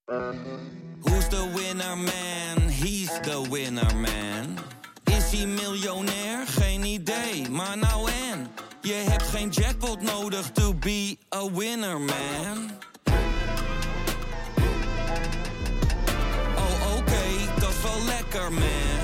Who's the winner man? He's the winner man. Is hij miljonair? Geen idee, maar nou en. Je hebt geen jackpot nodig to be a winner man. Oh oké, dat is wel lekker man.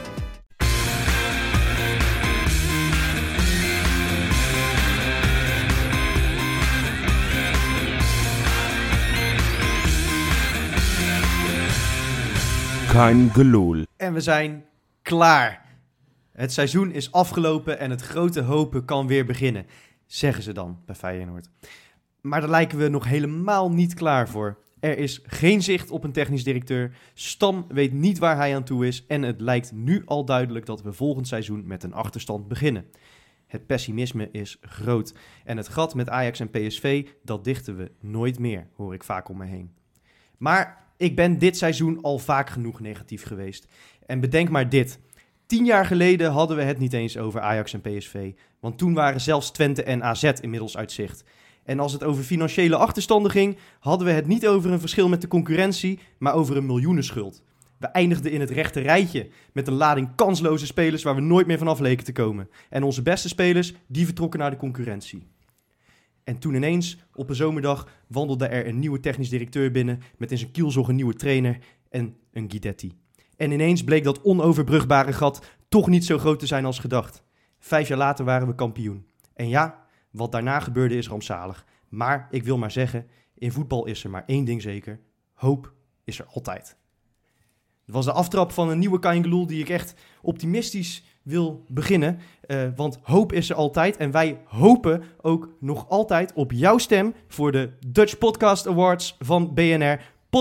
Kein gelul. En we zijn klaar. Het seizoen is afgelopen en het grote hopen kan weer beginnen. Zeggen ze dan bij Feyenoord. Maar daar lijken we nog helemaal niet klaar voor. Er is geen zicht op een technisch directeur. Stam weet niet waar hij aan toe is. En het lijkt nu al duidelijk dat we volgend seizoen met een achterstand beginnen. Het pessimisme is groot. En het gat met Ajax en PSV, dat dichten we nooit meer, hoor ik vaak om me heen. Maar ik ben dit seizoen al vaak genoeg negatief geweest. En bedenk maar dit. 10 jaar geleden hadden we het niet eens over Ajax en PSV. Want toen waren zelfs Twente en AZ inmiddels uit zicht. En als het over financiële achterstanden ging, hadden we het niet over een verschil met de concurrentie, maar over een miljoenenschuld. We eindigden in het rechte rijtje met een lading kansloze spelers waar we nooit meer vanaf leken te komen. En onze beste spelers, die vertrokken naar de concurrentie. En toen ineens, op een zomerdag, wandelde er een nieuwe technisch directeur binnen met in zijn kielzog een nieuwe trainer en een Guidetti. En ineens bleek dat onoverbrugbare gat toch niet zo groot te zijn als gedacht. 5 jaar later waren we kampioen. En ja, wat daarna gebeurde is rampzalig. Maar ik wil maar zeggen, in voetbal is er maar één ding zeker. Hoop is er altijd. Het was de aftrap van een nieuwe Kein Gelul die ik echt optimistisch wil beginnen. Want hoop is er altijd. En wij hopen ook nog altijd op jouw stem voor de Dutch Podcast Awards van BNR.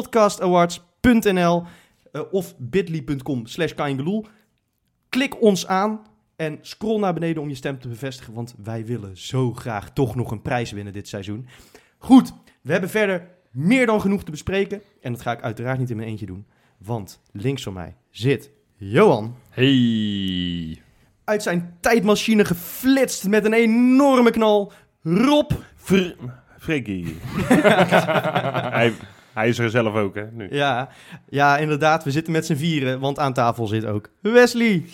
Podcastawards.nl of bit.ly.com/KeinGelul. Klik ons aan en scroll naar beneden om je stem te bevestigen. Want wij willen zo graag toch nog een prijs winnen dit seizoen. Goed, we hebben verder meer dan genoeg te bespreken. En dat ga ik uiteraard niet in mijn eentje doen. Want links van mij zit Johan. Hey. Uit zijn tijdmachine geflitst met een enorme knal. Rob. Freekie. Hij is er zelf ook, hè, nu. Ja, inderdaad. We zitten met z'n vieren, want aan tafel zit ook Wesley.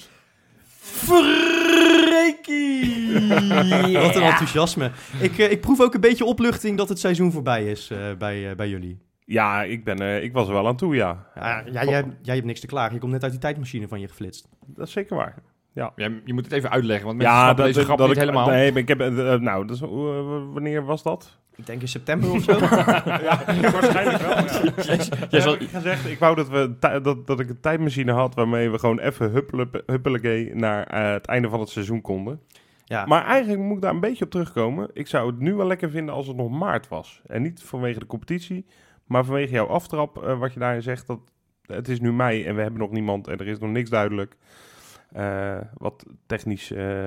Freekie. Wat een enthousiasme. Ik proef ook een beetje opluchting dat het seizoen voorbij is bij jullie. Ja, ik was er wel aan toe, ja. Jij hebt niks te klagen. Je komt net uit die tijdmachine van je geflitst. Dat is zeker waar. Ja. Je moet het even uitleggen, want mensen snappen deze grap niet helemaal. Nee, maar ik heb... wanneer was dat? Ik denk in september of zo. Ja, waarschijnlijk wel. Ik wou dat ik een tijdmachine had waarmee we gewoon even huppelekee naar het einde van het seizoen konden. Ja. Maar eigenlijk moet ik daar een beetje op terugkomen. Ik zou het nu wel lekker vinden als het nog maart was. En niet vanwege de competitie, maar vanwege jouw aftrap, wat je daarin zegt. Dat het is nu mei en we hebben nog niemand en er is nog niks duidelijk. Wat technisch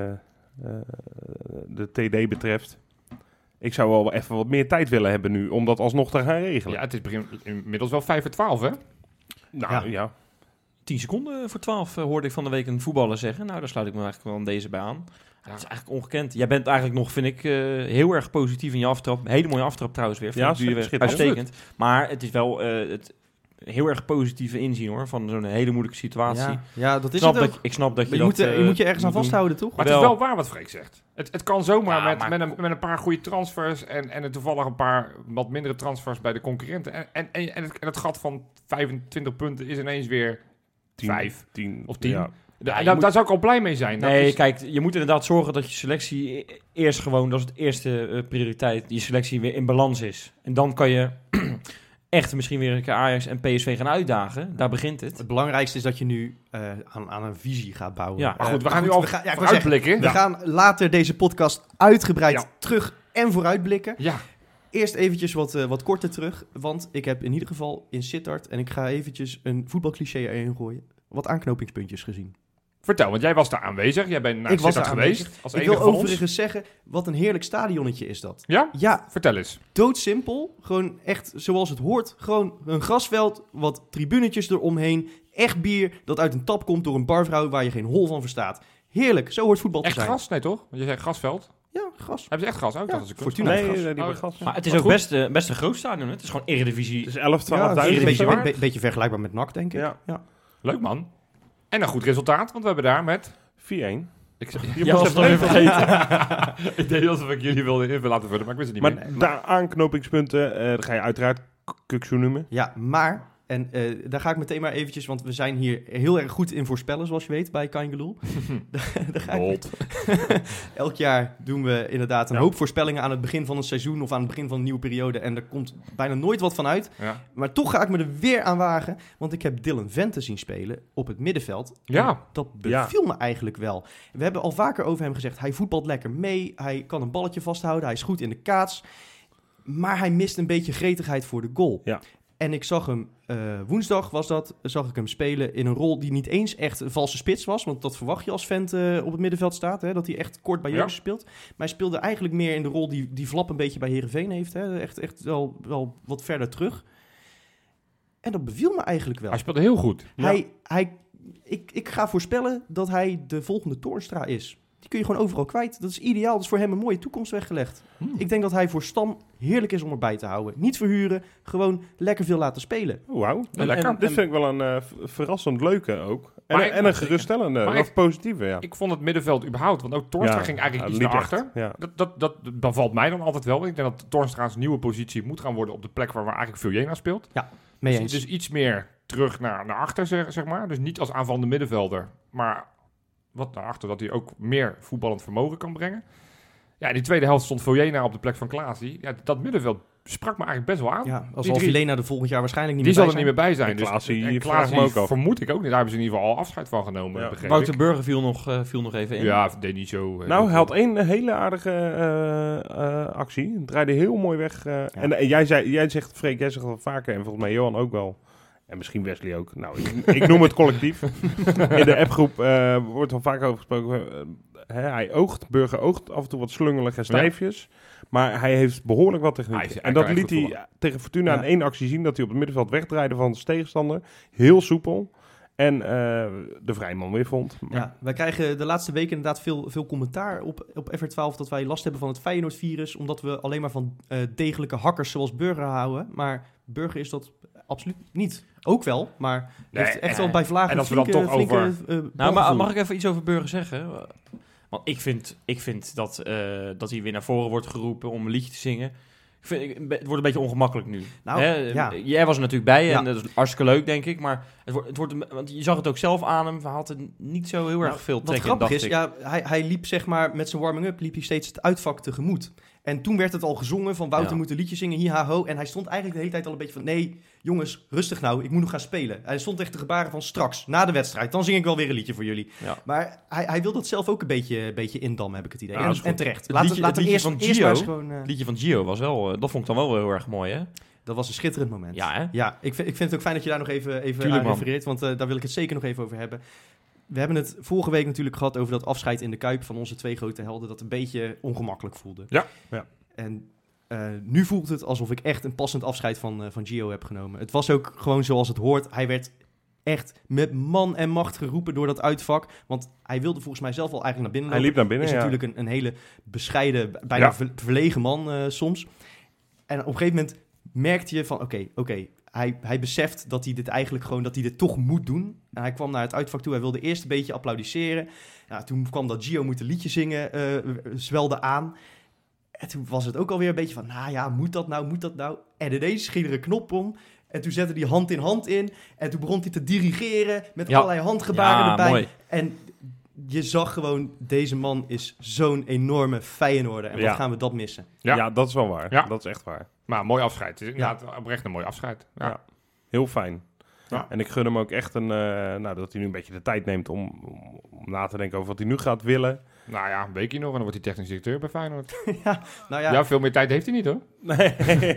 de TD betreft. Ik zou wel even wat meer tijd willen hebben nu om dat alsnog te gaan regelen. Ja, het is inmiddels wel 5:12, hè? Nou, ja. 10 seconden voor 12 hoorde ik van de week een voetballer zeggen. Nou, daar sluit ik me eigenlijk wel aan deze bij aan. Ja. Dat is eigenlijk ongekend. Jij bent eigenlijk nog, vind ik, heel erg positief in je aftrap. Hele mooie aftrap trouwens weer. Ja, uitstekend. Maar het is wel het heel erg positieve inzien, hoor, van zo'n hele moeilijke situatie. Ja, dat is het ook. Ik snap dat je je moet je ergens aan vasthouden, toch? Maar het is wel waar wat Freek zegt. Het kan zomaar met een paar goede transfers en toevallig een paar wat mindere transfers bij de concurrenten. En het gat van 25 punten is ineens weer 5 of 10. Ja. Daar zou ik al blij mee zijn. Kijk, je moet inderdaad zorgen dat je selectie eerst gewoon, dat is het eerste prioriteit, die selectie weer in balans is. En dan kan je echt misschien weer een keer Ajax en PSV gaan uitdagen. Daar begint het. Het belangrijkste is dat je nu aan een visie gaat bouwen. Ja, maar goed, we gaan nu al vooruitblikken. We gaan later deze podcast uitgebreid terug en vooruitblikken. Ja. Eerst eventjes wat korter terug, want ik heb in ieder geval in Sittard, en ik ga eventjes een voetbalcliché erin gooien, wat aanknopingspuntjes gezien. Vertel, want jij was daar aanwezig. Jij bent naar Sittard geweest. Als ik wil overigens zeggen, wat een heerlijk stadionnetje is dat. Ja? Ja. Vertel eens. Doodsimpel. Gewoon echt zoals het hoort. Gewoon een grasveld, wat tribunetjes eromheen. Echt bier dat uit een tap komt door een barvrouw waar je geen hol van verstaat. Heerlijk, zo hoort voetbal te zijn. Echt gras? Nee toch? Want je zei grasveld. Ja, gas. Hebben ze echt gas? Ook Ja, dat is Fortuna. Nee, die hebben gas. Maar het is ook best een groot stadion. Hè? Het is gewoon Eredivisie. Het is 11.000, 12.000. Een beetje vergelijkbaar met NAC, denk ik. Ja. Leuk, man. En een goed resultaat, want we hebben daar met... 4-1. Je was het alweer vergeten. Ik deed alsof ik jullie wilde even laten vullen, maar ik wist het niet Maar meer. daar aanknopingspunten, dan ga je uiteraard Kukçu noemen. Ja, maar... En daar ga ik meteen maar eventjes, want we zijn hier heel erg goed in voorspellen, zoals je weet, bij Kaingeloel. Elk jaar doen we inderdaad een hoop voorspellingen aan het begin van een seizoen of aan het begin van een nieuwe periode. En er komt bijna nooit wat van uit. Ja. Maar toch ga ik me er weer aan wagen, want ik heb Dylan Vente zien spelen op het middenveld. Ja. Dat beviel me eigenlijk wel. We hebben al vaker over hem gezegd, hij voetbalt lekker mee, hij kan een balletje vasthouden, hij is goed in de kaats. Maar hij mist een beetje gretigheid voor de goal. Ja. En ik zag hem, woensdag zag ik hem spelen in een rol die niet eens echt een valse spits was. Want dat verwacht je als vent op het middenveld staat, hè, dat hij echt kort bij Jurgen speelt. Maar hij speelde eigenlijk meer in de rol die Vlap een beetje bij Heerenveen heeft. Hè, echt wel wat verder terug. En dat beviel me eigenlijk wel. Hij speelde heel goed. Ja. Ik ga voorspellen dat hij de volgende Toornstra is. Die kun je gewoon overal kwijt. Dat is ideaal. Dat is voor hem een mooie toekomst weggelegd. Ik denk dat hij voor Stam heerlijk is om erbij te houden. Niet verhuren, gewoon lekker veel laten spelen. Oh, wauw. Dit vind ik wel een verrassend leuke ook. En een geruststellende, of positieve, ja. Ik vond het middenveld überhaupt, want ook Toornstra ging eigenlijk iets naar achter. Ja. Dat bevalt mij dan altijd wel. Ik denk dat Toornstra's nieuwe positie moet gaan worden op de plek waar eigenlijk Viljena speelt. Ja, mee eens. Dus iets meer terug naar achter, zeg maar. Dus niet als aanvallende middenvelder, maar wat naar achter, dat hij ook meer voetballend vermogen kan brengen. Ja, in die tweede helft stond Viljena op de plek van Klaasie. Ja, dat middenveld sprak me eigenlijk best wel aan. Ja, als Viljena er volgend jaar waarscheinlijk niet meer bij zijn. Die zal er niet meer bij zijn. En Klaasie vermoed ik ook niet. Daar hebben ze in ieder geval al afscheid van genomen. Ja. Wouter Burger viel nog even in. Ja, deed niet zo... hij had één hele aardige actie. Het draaide heel mooi weg. En jij zegt, Freek, jij zegt dat vaker. En volgens mij Johan ook wel. En misschien Wesley ook. Nou, ik noem het collectief. In de appgroep wordt al vaak over gesproken. Burger oogt af en toe wat slungelig en stijfjes. Ja. Maar hij heeft behoorlijk wat techniek. En dat liet hij tegen Fortuna in één actie zien. Dat hij op het middenveld wegdraaide van de tegenstander. Heel soepel. En de vrijman weer vond. Maar... Ja, wij krijgen de laatste weken inderdaad veel commentaar op FR12... dat wij last hebben van het Feyenoord-virus... omdat we alleen maar van degelijke hakkers zoals Burger houden. Maar Burger is dat absoluut niet. Ook wel, maar heeft echt wel bij vlagen en flinke, dan toch over... maar mag ik even iets over Burger zeggen? Want ik vind dat hij weer naar voren wordt geroepen om een liedje te zingen. Het wordt een beetje ongemakkelijk nu. Nou, ja. Jij was er natuurlijk bij en dat is hartstikke leuk, denk ik. Maar het wordt want je zag het ook zelf aan hem. Hij had er niet zo heel erg veel trek in, Wat grappig is, hij liep zeg maar met zijn warming-up liep hij steeds het uitvak tegemoet. En toen werd het al gezongen van Wouter moet een liedje zingen, hi-ha ho. En hij stond eigenlijk de hele tijd al een beetje van, nee jongens, rustig nou, ik moet nog gaan spelen. Hij stond echt de gebaren van straks, na de wedstrijd, dan zing ik wel weer een liedje voor jullie. Ja. Maar hij wil dat zelf ook een beetje indammen, heb ik het idee. Ja, en terecht. Het liedje van Gio was wel, dat vond ik dan wel heel erg mooi, hè? Dat was een schitterend moment. Ja, hè? Ja, ik vind het ook fijn dat je daar nog even aan refereert, want daar wil ik het zeker nog even over hebben. We hebben het vorige week natuurlijk gehad over dat afscheid in de Kuip van onze twee grote helden, dat een beetje ongemakkelijk voelde. Ja. En nu voelt het alsof ik echt een passend afscheid van Gio heb genomen. Het was ook gewoon zoals het hoort. Hij werd echt met man en macht geroepen door dat uitvak. Want hij wilde volgens mij zelf al eigenlijk naar binnen lopen. Hij liep naar binnen, is natuurlijk een hele bescheiden, bijna verlegen man soms. En op een gegeven moment merkte je van oké. Hij beseft dat hij dit eigenlijk gewoon, dat hij dit toch moet doen. En hij kwam naar het uitvak toe. Hij wilde eerst een beetje applaudisseren. Nou, toen kwam dat Gio moet een liedje zingen, zwelde aan. En toen was het ook alweer een beetje van, nou ja, moet dat nou? En ineens ging er een knop om. En toen zette hij hand in hand in. En toen begon hij te dirigeren met allerlei handgebaren erbij. Mooi. En je zag gewoon, deze man is zo'n enorme Feyenoorder. En wat gaan we dat missen? Ja, dat is wel waar. Ja. Dat is echt waar. Maar mooi afscheid. Het is inderdaad oprecht een mooi afscheid. Ja. Heel fijn. Ja. En ik gun hem ook echt dat hij nu een beetje de tijd neemt om na te denken over wat hij nu gaat willen. Nou ja, een weekje nog en dan wordt hij technisch directeur bij Feyenoord. Ja, veel meer tijd heeft hij niet hoor. Nee,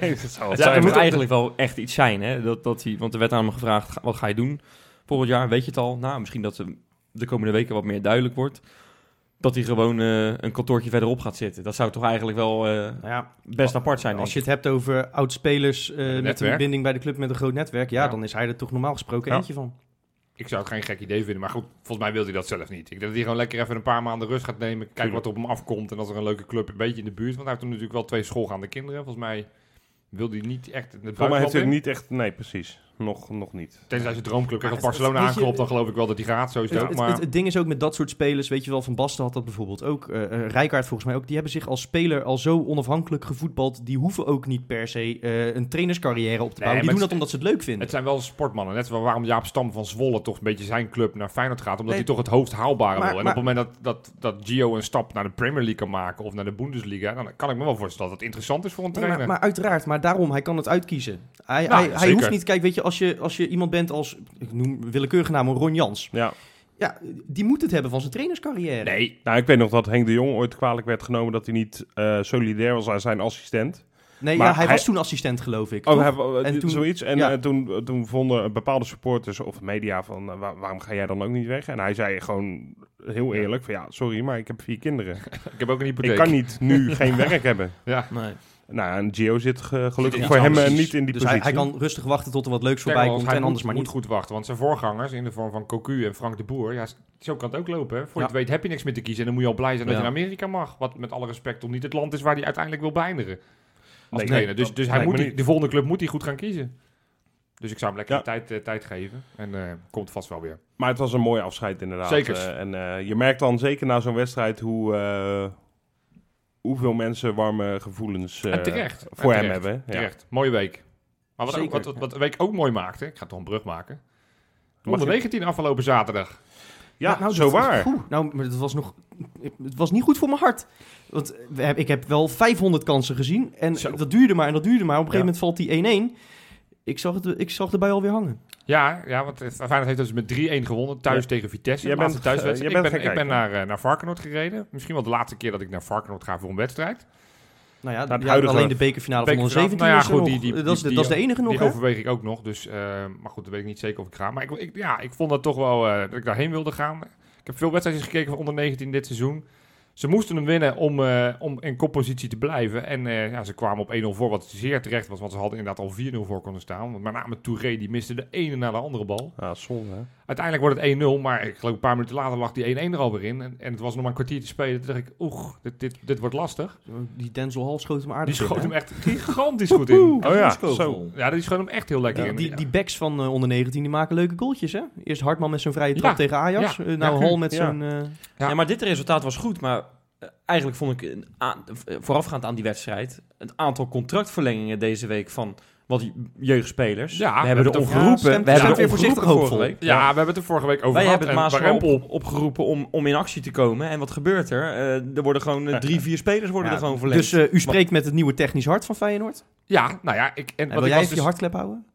er moet eigenlijk wel echt iets zijn. Hè? Dat hij, want er werd aan hem gevraagd, wat ga je doen volgend jaar? Weet je het al? Nou, misschien dat de komende weken wat meer duidelijk wordt. Dat hij gewoon een kantoortje verderop gaat zitten. Dat zou toch eigenlijk wel best apart zijn. Als je het hebt over oud-spelers met een binding bij de club met een groot netwerk. Ja, dan is hij er toch normaal gesproken eentje van. Ik zou het geen gek idee vinden, maar goed, volgens mij wil hij dat zelf niet. Ik denk dat hij gewoon lekker even een paar maanden rust gaat nemen, kijken wat er op hem afkomt en als er een leuke club een beetje in de buurt, want hij heeft toen natuurlijk wel 2 schoolgaande kinderen. Volgens mij wil hij niet echt in het Voor mij heeft hij in. niet echt, nee precies, nog niet. Tenzij zijn droomclub krijgt als Barcelona aanklopt, dan geloof ik wel dat hij gaat, sowieso. Het ding is ook met dat soort spelers, weet je wel, Van Basten had dat bijvoorbeeld ook, Rijkaard volgens mij ook, die hebben zich als speler al zo onafhankelijk gevoetbald, die hoeven ook niet per se een trainerscarrière op te bouwen. Die doen dat omdat ze het leuk vinden. Het zijn wel sportmannen, net zoals waarom Jaap Stam van Zwolle toch een beetje zijn club naar Feyenoord gaat, omdat hij toch het hoogst haalbare wil. En op het moment dat Gio een stap naar de Premier League kan maken of naar de Bundesliga, dan kan ik me wel voorstellen dat het interessant is voor een trainer. Maar uiteraard, maar daarom, hij kan het uitkiezen. Hij hoeft niet, kijk, weet je, als je iemand bent als, ik noem willekeurige naam, Ron Jans. Ja, die moet het hebben van zijn trainerscarrière. Nee. Nou, ik weet nog dat Henk de Jong ooit kwalijk werd genomen dat hij niet solidair was aan zijn assistent. Nee, maar hij was toen assistent, geloof ik. En toen, zoiets. En toen vonden bepaalde supporters of media van, waarom ga jij dan ook niet weg? En hij zei gewoon heel eerlijk van, sorry, maar ik heb 4 kinderen. Ik heb ook een hypotheek. Ik kan niet nu geen werk hebben. Ja. Nee. Nou, en Gio zit gelukkig voor hem niet in die dus positie. Hij kan rustig wachten tot er wat leuks voorbij komt en anders maar niet. Hij moet goed wachten, want zijn voorgangers in de vorm van Cocu en Frank de Boer, zo kan het ook lopen. Hè? Voor je het weet heb je niks meer te kiezen en dan moet je al blij zijn dat je in Amerika mag. Wat met alle respect toch niet het land is waar hij uiteindelijk wil beëindigen. Als trainer. Dus hij moet de volgende club moet hij goed gaan kiezen. Dus ik zou hem lekker tijd geven en komt vast wel weer. Maar het was een mooi afscheid inderdaad. Zeker. En je merkt dan zeker na zo'n wedstrijd hoeveel mensen warme gevoelens voor hem hebben. Terecht. Ja. Mooie week. Maar wat de week ook mooi maakte, ik ga toch een brug maken. Onder 19 afgelopen zaterdag. Ja, nou, zo waar. Maar het was niet goed voor mijn hart. Want ik heb wel 500 kansen gezien. En dat duurde maar. Op een gegeven moment valt die 1-1. Ik zag erbij alweer hangen. Ja, want Feyenoord heeft dus met 3-1 gewonnen. Thuis tegen Vitesse. Ik ben naar Varkenoord gereden. Misschien wel de laatste keer dat ik naar Varkenoord ga voor een wedstrijd. Nou ja, alleen de bekerfinale van onder 17 dat is de enige nog. Die overweeg ik ook nog. Dus, maar goed, dat weet ik niet zeker of ik ga. Maar ik vond dat toch wel dat ik daarheen wilde gaan. Ik heb veel wedstrijden gekeken van onder 19 dit seizoen. Ze moesten hem winnen om in koppositie te blijven. En ze kwamen op 1-0 voor, wat zeer terecht was. Want ze hadden inderdaad al 4-0 voor kunnen staan. Want met name Touré, die miste de ene na de andere bal. Ja, zonde, hè? Uiteindelijk wordt het 1-0, maar ik geloof een paar minuten later lag die 1-1 er alweer in. En het was nog maar een kwartier te spelen. Toen dacht ik, dit wordt lastig. Die Denzel Hall schoot hem aardig in. Die schoot hem echt gigantisch goed in. Zo. Ja, die schoot hem echt heel lekker in. Die backs van onder 19, die maken leuke goaltjes, hè? Eerst Hartman met zo'n vrije trap tegen Ajax. Hall met zo'n... Ja, maar dit resultaat was goed, maar... Eigenlijk vond ik voorafgaand aan die wedstrijd een aantal contractverlengingen deze week van wat jeugdspelers. Ja, we hebben er ongeroepen. We hebben weer voorzichtig vorige week. Ja, we hebben het er vorige week over Wij gehad. hebben het Maasval opgeroepen om in actie te komen. En wat gebeurt er? Er worden gewoon 3-4 spelers er gewoon verlengd. Dus u spreekt met het nieuwe technisch hart van Feyenoord? Ja, nou ja. Wil jij even je hartklep houden?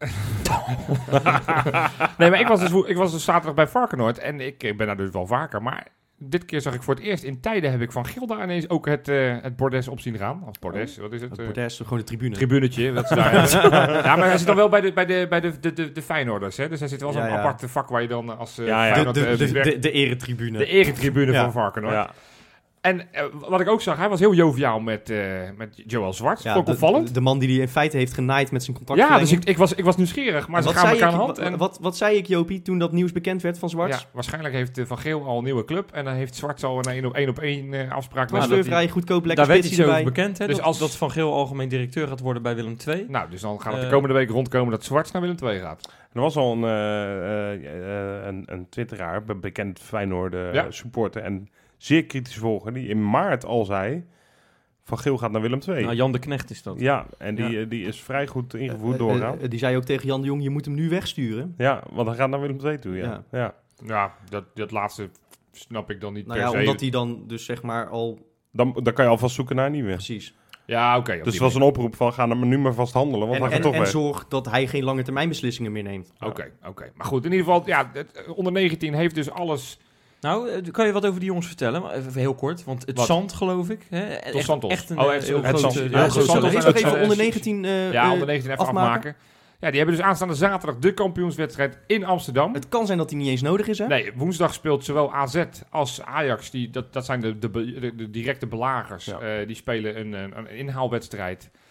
Nee, maar ik was dus zaterdag bij Varkenoord en ik ben daar dus wel vaker, maar... Dit keer zag ik voor het eerst in tijden heb ik van Gilda ineens ook het bordes op zien gaan. Of bordes, wat is het? Het bordes, gewoon de tribune. Tribunetje. Dat is ja, maar hij zit dan wel bij de Feyenoorders. Hè? Dus hij zit wel zo'n aparte vak waar je dan als de eretribune. De eretribune van Varkenoord. Ja. En wat ik ook zag, hij was heel joviaal met Joël Zwart. Vond ik opvallend. De man die hij in feite heeft genaaid met zijn contractverlenging. Ja, dus ik was nieuwsgierig, maar ze gaan elkaar aan de hand. En wat zei ik, Jopie, toen dat nieuws bekend werd van Zwart? Ja, waarschijnlijk heeft Van Geel al een nieuwe club. En dan heeft Zwart al een 1-op-1 afspraak. Maar vrij goedkoop, lekker daar weet iets over bekend, hè? Dus dat Van Geel algemeen directeur gaat worden bij Willem II. Nou, dus dan gaat het de komende week rondkomen dat Zwart naar Willem II gaat. Er was al een twitteraar, bekend Feyenoord supporter en... zeer kritisch volger, die in maart al zei... Van Geel gaat naar Willem II. Nou, Jan de Knecht is dat. Ja, en die is vrij goed ingevoerd doorgaan. Die zei ook tegen Jan de Jong, je moet hem nu wegsturen. Ja, want hij gaat naar Willem II toe, Ja, dat laatste snap ik dan niet per se. Omdat hij dan dus zeg maar al... Dan kan je alvast zoeken naar een nieuwe. Precies. Ja, oké. Dus het was een oproep van, ga nu maar vast handelen, want hij gaat toch weg. En zorg dat hij geen lange termijn beslissingen meer neemt. Oké. Maar goed, in ieder geval, onder 19 heeft dus alles... Nou, kan je wat over die jongens vertellen? Maar even heel kort, want het Zand, geloof ik. Dos Santos. Echt een heel groot... Even onder 19 onder 19 even afmaken. Ja, die hebben dus aanstaande zaterdag de kampioenswedstrijd in Amsterdam. Het kan zijn dat die niet eens nodig is, hè? Nee, woensdag speelt zowel AZ als Ajax. Dat zijn de directe belagers. Ja. Die spelen een inhaalwedstrijd.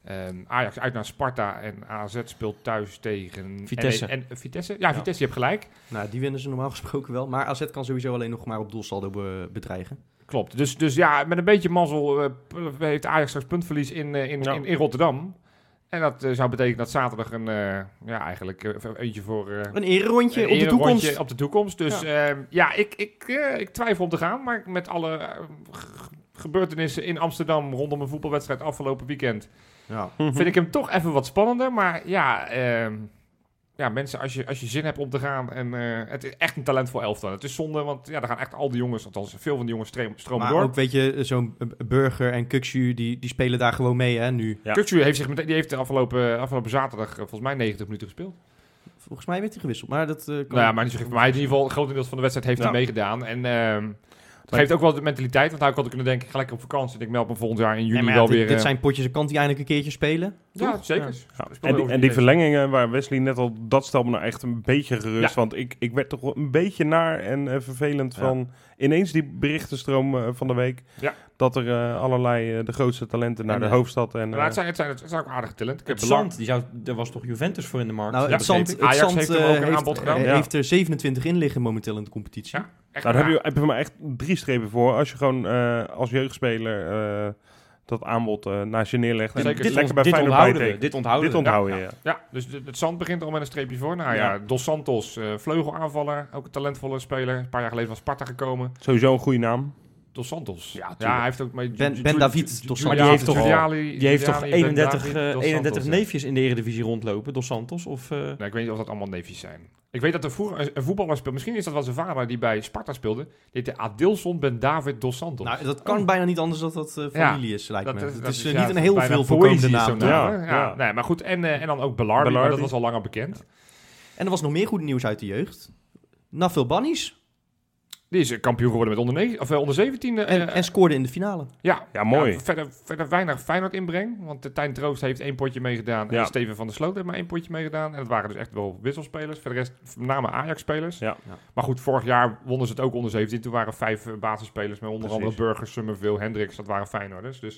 Ajax uit naar Sparta en AZ speelt thuis tegen Vitesse. En Vitesse? Ja, Vitesse, je hebt gelijk. Nou, die winnen ze normaal gesproken wel. Maar AZ kan sowieso alleen nog maar op doelsaldo bedreigen. Klopt. Dus ja, met een beetje mazzel heeft Ajax straks puntverlies in Rotterdam. En dat zou betekenen dat zaterdag eigenlijk eentje voor... een ererondje op de toekomst. Op de toekomst. Dus ik twijfel om te gaan. Maar met alle gebeurtenissen in Amsterdam rondom een voetbalwedstrijd afgelopen weekend... vind ik hem toch even wat spannender. Maar mensen, als je zin hebt om te gaan... en het is echt een talentvol elftal. Het is zonde, want daar gaan echt al die jongens... althans veel van die jongens stromen door. Maar ook, weet je, zo'n Burger en Kukçu, die spelen daar gewoon mee, hè, nu. Ja. Kukçu heeft de afgelopen zaterdag volgens mij 90 minuten gespeeld. Volgens mij werd hij gewisseld, maar dat kan... Nou ja, maar niet zo gek. Maar in ieder geval, grotendeels van de wedstrijd heeft hij meegedaan. En het geeft ook wel de mentaliteit, want hij had kunnen denken, ga lekker op vakantie. En ik meld me volgend jaar in juni wel weer... Dit zijn potjes, kan hij eindelijk een keertje spelen? Ja, toch? zeker. Ja. En die verlengingen waar Wesley net al... Dat stelt me nou echt een beetje gerust. Ja. Want ik werd toch wel een beetje naar en vervelend van... Ineens die berichtenstroom van de week... Ja. Dat er allerlei de grootste talenten naar de hoofdstad... En, het zijn ook aardige talenten. Het Zand, er was toch Juventus voor in de markt? Nou, het Zand heeft hem ook een aanbod gedaan. Heeft er 27 in liggen momenteel in de competitie. Ja, daar heb je maar echt 3 strepen voor. Als je gewoon als jeugdspeler... dat aanbod naast je neerlegt. Dit onthouden we. Ja, dus het Zand begint al met een streepje voor. Nou ja, Dos Santos, vleugelaanvaller, ook een talentvolle speler. Een paar jaar geleden van Sparta gekomen. Sowieso een goede naam. Dos Santos. Ja, hij heeft ook... Ben David Dos Santos. Die heeft toch 31 neefjes in de Eredivisie rondlopen, Dos Santos? Of, Nee, ik weet niet of dat allemaal neefjes zijn. Ik weet dat er vroeger een voetballer speelde. Misschien is dat wel zijn vader die bij Sparta speelde. Die heette Adilson Ben David Dos Santos. Nou, dat kan bijna niet anders dat familie is, lijkt me. Het is niet een heel veel voorkomende naam. Nee, maar goed. En dan ook Belardi, maar dat was al langer bekend. En er was nog meer goed nieuws uit de jeugd. Nafil Bannis. Die is kampioen geworden met onder 17. En scoorde in de finale. Ja, mooi. Ja, verder weinig Feyenoord inbreng. Want Tijn Troost heeft 1 potje meegedaan. En Steven van der Sloot heeft maar 1 potje meegedaan. En het waren dus echt wel wisselspelers. Voor de rest met name Ajax-spelers. Ja. Maar goed, vorig jaar wonnen ze het ook onder 17. Toen waren 5 basisspelers met onder andere Burgers, Summerville, Hendricks. Dat waren Feyenoorders. Dus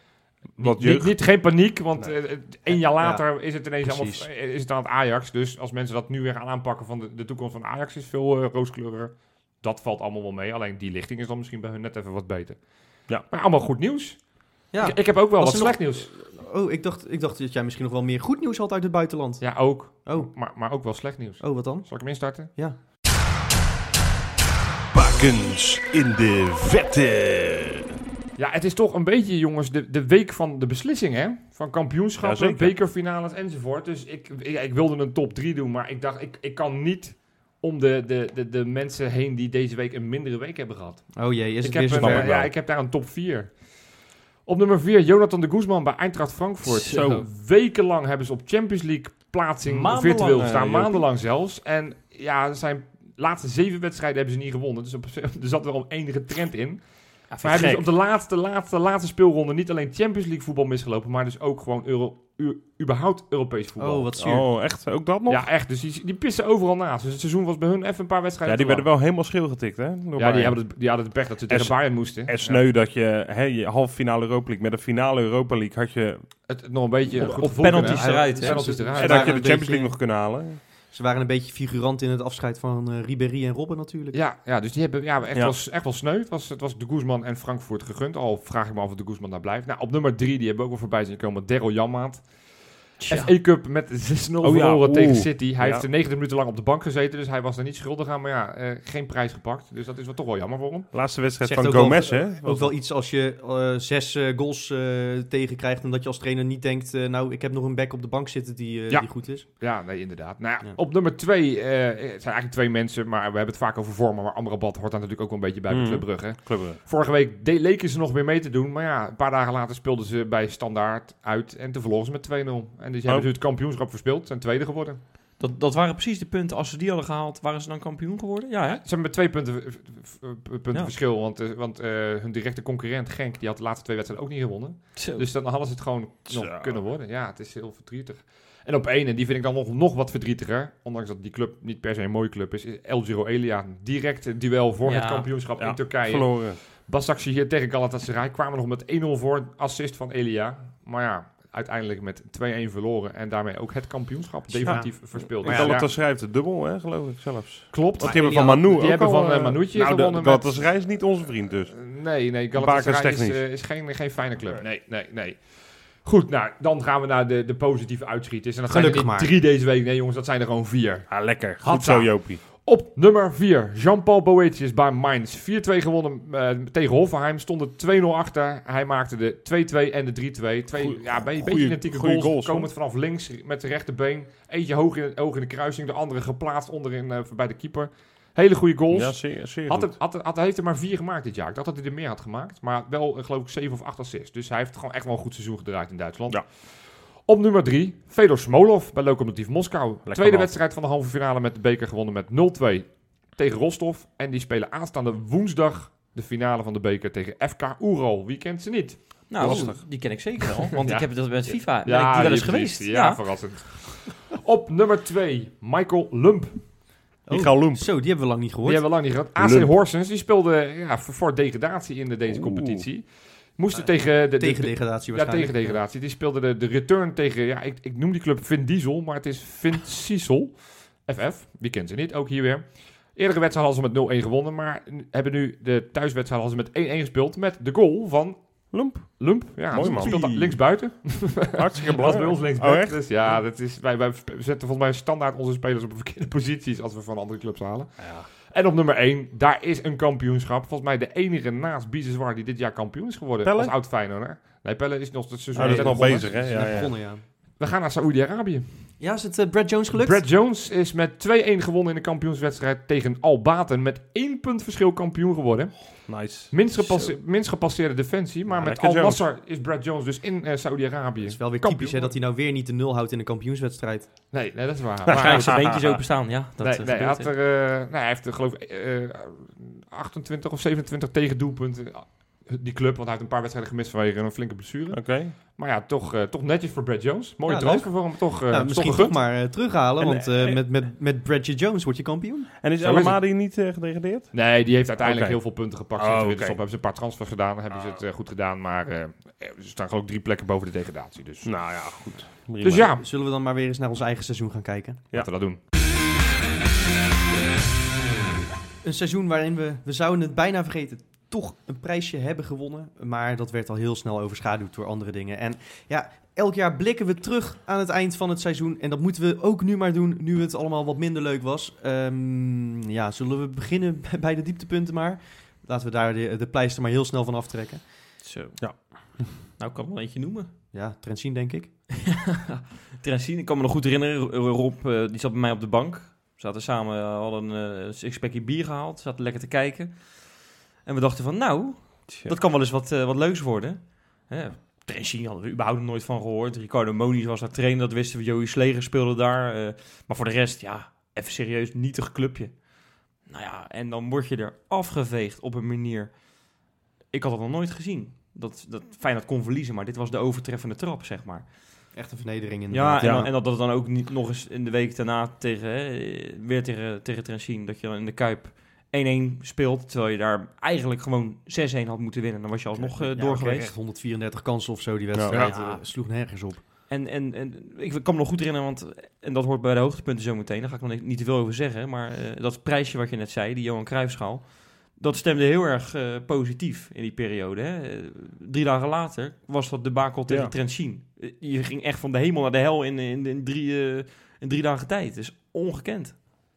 geen paniek, want 1 jaar later is het ineens is het aan het Ajax. Dus als mensen dat nu weer gaan aanpakken van de toekomst van Ajax is veel rooskleuriger. Dat valt allemaal wel mee. Alleen die lichting is dan misschien bij hun net even wat beter. Ja. Maar allemaal goed nieuws. Ja. Ik heb ook wel wat slecht nieuws. Oh, ik dacht dat jij misschien nog wel meer goed nieuws had uit het buitenland. Ja, ook. Oh. Maar ook wel slecht nieuws. Oh, wat dan? Zal ik hem instarten? Ja. Bakens in de vette. Ja, het is toch een beetje, jongens, de week van de beslissing, hè? Van kampioenschappen, bekerfinales enzovoort. Dus ik wilde een top 3 doen, maar ik dacht, ik kan niet... om de mensen heen die deze week een mindere week hebben gehad. Oh jee, ik heb daar een top 4. Op nummer 4, Jonathan de Guzman bij Eintracht Frankfurt. Zo. Wekenlang hebben ze op Champions League plaatsing virtueel gestaan. Maandenlang zelfs. En ja, zijn laatste 7 wedstrijden hebben ze niet gewonnen. Dus er zat wel enige trend in. Ja, maar hebben ze op de laatste speelronde niet alleen Champions League voetbal misgelopen, maar dus ook gewoon überhaupt Europees voetbal. Oh, wat zuur. Oh, echt? Ook dat nog? Ja, echt. Dus die pissen overal naast. Dus het seizoen was bij hun even een paar wedstrijden. Ja, die werden wel helemaal schil getikt, hè? Die hadden de pech dat ze tegen Bayern moesten. En sneu dat je halve finale Europa League met een finale Europa League had je... Het nog een beetje op penalties eruit. En dat je de Champions League nog kunnen halen. Ze waren een beetje figurant in het afscheid van Ribéry en Robben natuurlijk. Ja, dus die hebben echt wel sneu. Het was de Guzman en Frankfurt gegund. Al vraag ik me af of de Guzman daar blijft. Nou, op nummer 3, die hebben we ook wel voorbij zien komen. Daryl Janmaat. FA Cup met 6-0 verloren tegen City. Hij heeft 90 minuten lang op de bank gezeten, dus hij was er niet schuldig aan. Maar geen prijs gepakt. Dus dat is toch wel jammer voor hem. Laatste wedstrijd van Gomez, hè? Ook wel iets als je 6 goals tegenkrijgt en dat je als trainer niet denkt, ik heb nog een back op de bank zitten die goed is. Ja, nee, inderdaad. Nou ja, op nummer 2, het zijn eigenlijk 2 mensen, maar we hebben het vaak over vormen. Maar Amrabat hoort daar natuurlijk ook wel een beetje bij Club Brugge. Vorige week leken ze nog weer mee te doen, maar ja, een paar dagen later speelden ze bij Standaard uit en toen verloren ze met 2-0. En dus hebben ze het kampioenschap verspeeld, zijn tweede geworden. Dat waren precies de punten. Als ze die hadden gehaald, waren ze dan kampioen geworden? Ja, hè? Ze hebben met 2 punten verschil. Want hun directe concurrent Genk, die had de laatste 2 wedstrijden ook niet gewonnen. Zo. Dus dan hadden ze het gewoon nog kunnen worden. Ja, het is heel verdrietig. En op 1, en die vind ik dan nog wat verdrietiger, ondanks dat die club niet per se een mooie club is El Giro Elia. Direct het duel voor het kampioenschap in Turkije. Verloren. Başakşehir hier tegen Galatasaray kwamen nog met 1-0 voor, assist van Elia. Maar ja, uiteindelijk met 2-1 verloren. En daarmee ook het kampioenschap definitief verspeeld. Maar Galatasaray heeft het dubbel, hè, geloof ik zelfs. Klopt. Want die hebben van Manu Die hebben van Manu'tje gewonnen. Galatasaray is niet onze vriend dus. Nee, Galatasaray is geen fijne club. Nee. Goed, nou, dan gaan we naar de positieve uitschieters. En dat zijn er niet 3 deze week. Nee, jongens, dat zijn er gewoon 4. Ah, lekker. Goed zo, Jopie. Op nummer 4, Jean-Paul Boetius bij Mainz. 4-2 gewonnen tegen Hoffenheim. Stonden 2-0 achter. Hij maakte de 2-2 en de 3-2. Een beetje identieke goals. Komend vanaf links met de rechterbeen. Eentje hoog in de kruising. De andere geplaatst onderin bij de keeper. Hele goede goals. Ja, zeer goed. Hij heeft er maar 4 gemaakt dit jaar. Ik dacht dat hij er meer had gemaakt. Maar wel, geloof ik, 7 of 8 assists. Dus hij heeft gewoon echt wel een goed seizoen gedraaid in Duitsland. Ja. Op nummer 3, Fedor Smolov bij Lokomotiv Moskou. Tweede wedstrijd van de halve finale met de beker gewonnen met 0-2 tegen Rostov. En die spelen aanstaande woensdag de finale van de beker tegen FK Ural. Wie kent ze niet? Nou, die ken ik zeker wel. Want ik heb het met FIFA. Ja, ben ik wel eens geweest. Ja, verrassend. Op nummer 2, Michael Lump. Zo, die hebben we lang niet gehoord. AC Horsens, die speelde voor degradatie in deze competitie. Moesten tegen degradatie waarschijnlijk. Ja, tegen degradatie. Die speelde de return tegen, ik noem die club Vin Diesel, maar het is Vin Diesel. FF, wie kent ze niet, ook hier weer. Eerdere wedstrijd hadden ze met 0-1 gewonnen, maar hebben nu de thuiswedstrijd hadden ze met 1-1 gespeeld met de goal van Lump. Ja, mooi man. Speelt linksbuiten. Hartstikke belangrijk. Dat is bij ons linksbuiten. Dus ja, wij zetten volgens mij standaard onze spelers op verkeerde posities als we van andere clubs halen. Ja. En op nummer 1, daar is een kampioenschap. Volgens mij de enige naast Biseswar die dit jaar kampioen is geworden. Pelle? Als oud Feyenoorder. Nee, Pelle is nog het seizoen. Dat is nog bezig, hè? Ja. We gaan naar Saoedi-Arabië. Ja, is het Brad Jones gelukt? Brad Jones is met 2-1 gewonnen in de kampioenswedstrijd tegen Al Baten. Met 1 punt verschil kampioen geworden. Nice. Minst gepasseerde defensie. Maar met Al Nassr is Brad Jones dus in Saoedi-Arabië. Het is wel weer typisch hè, dat hij nou weer niet de 0 houdt in een kampioenswedstrijd. Nee, dat is waar. Waarschijnlijk zijn beentjes openstaan, ja. Hij heeft geloof ik 28 of 27 tegendoelpunten. Die club, want hij heeft een paar wedstrijden gemist vanwege een flinke blessure. Okay. Maar ja, toch netjes voor Brad Jones. Mooie transfer voor hem. Misschien toch maar terughalen, want met Brad Jones word je kampioen. En is Alamadi niet gedegradeerd? Nee, die heeft uiteindelijk heel veel punten gepakt. Hebben ze een paar transfers gedaan, hebben ze het goed gedaan. Maar ze staan geloof ik 3 plekken boven de degradatie. Dus. Nou ja, goed. Prima. Dus ja. Zullen we dan maar weer eens naar ons eigen seizoen gaan kijken? Laten we dat doen. Een seizoen waarin we zouden het bijna vergeten, toch een prijsje hebben gewonnen. Maar dat werd al heel snel overschaduwd door andere dingen. En ja, elk jaar blikken we terug aan het eind van het seizoen. En dat moeten we ook nu maar doen, nu het allemaal wat minder leuk was. Zullen we beginnen bij de dieptepunten maar? Laten we daar de pleister maar heel snel van aftrekken. Zo. Ja. Nou, ik kan er wel eentje noemen. Ja, Trentin denk ik. Trentin, ik kan me nog goed herinneren. Rob, die zat bij mij op de bank. We zaten samen, hadden een sixpackje bier gehaald. Zaten lekker te kijken. En we dachten van, dat kan wel eens wat leuks worden. Trentin hadden we überhaupt nooit van gehoord. Ricardo Moniz was daar trainer, dat wisten we. Joey Sleger speelde daar. Maar voor de rest, even serieus, nietig clubje. Nou ja, en dan word je er afgeveegd op een manier. Ik had het nog nooit gezien. Dat Feyenoord kon verliezen, maar dit was de overtreffende trap, zeg maar. Echt een vernedering inderdaad. Ja, en dat het dan ook niet nog eens in de week daarna weer tegen Trentin, dat je dan in de Kuip 1-1 speelt, terwijl je daar eigenlijk gewoon 6-1 had moeten winnen. Dan was je alsnog door geweest. Echt 134 kansen of zo, die wedstrijd. Sloeg nergens op. En ik kan me nog goed herinneren, en dat hoort bij de hoogtepunten zo meteen, daar ga ik nog niet te veel over zeggen, maar dat prijsje wat je net zei, die Johan Cruijffschaal, dat stemde heel erg positief in die periode. Hè? 3 dagen later was dat debakel tegen Trentin. Je ging echt van de hemel naar de hel in 3 dagen tijd. Dat is ongekend.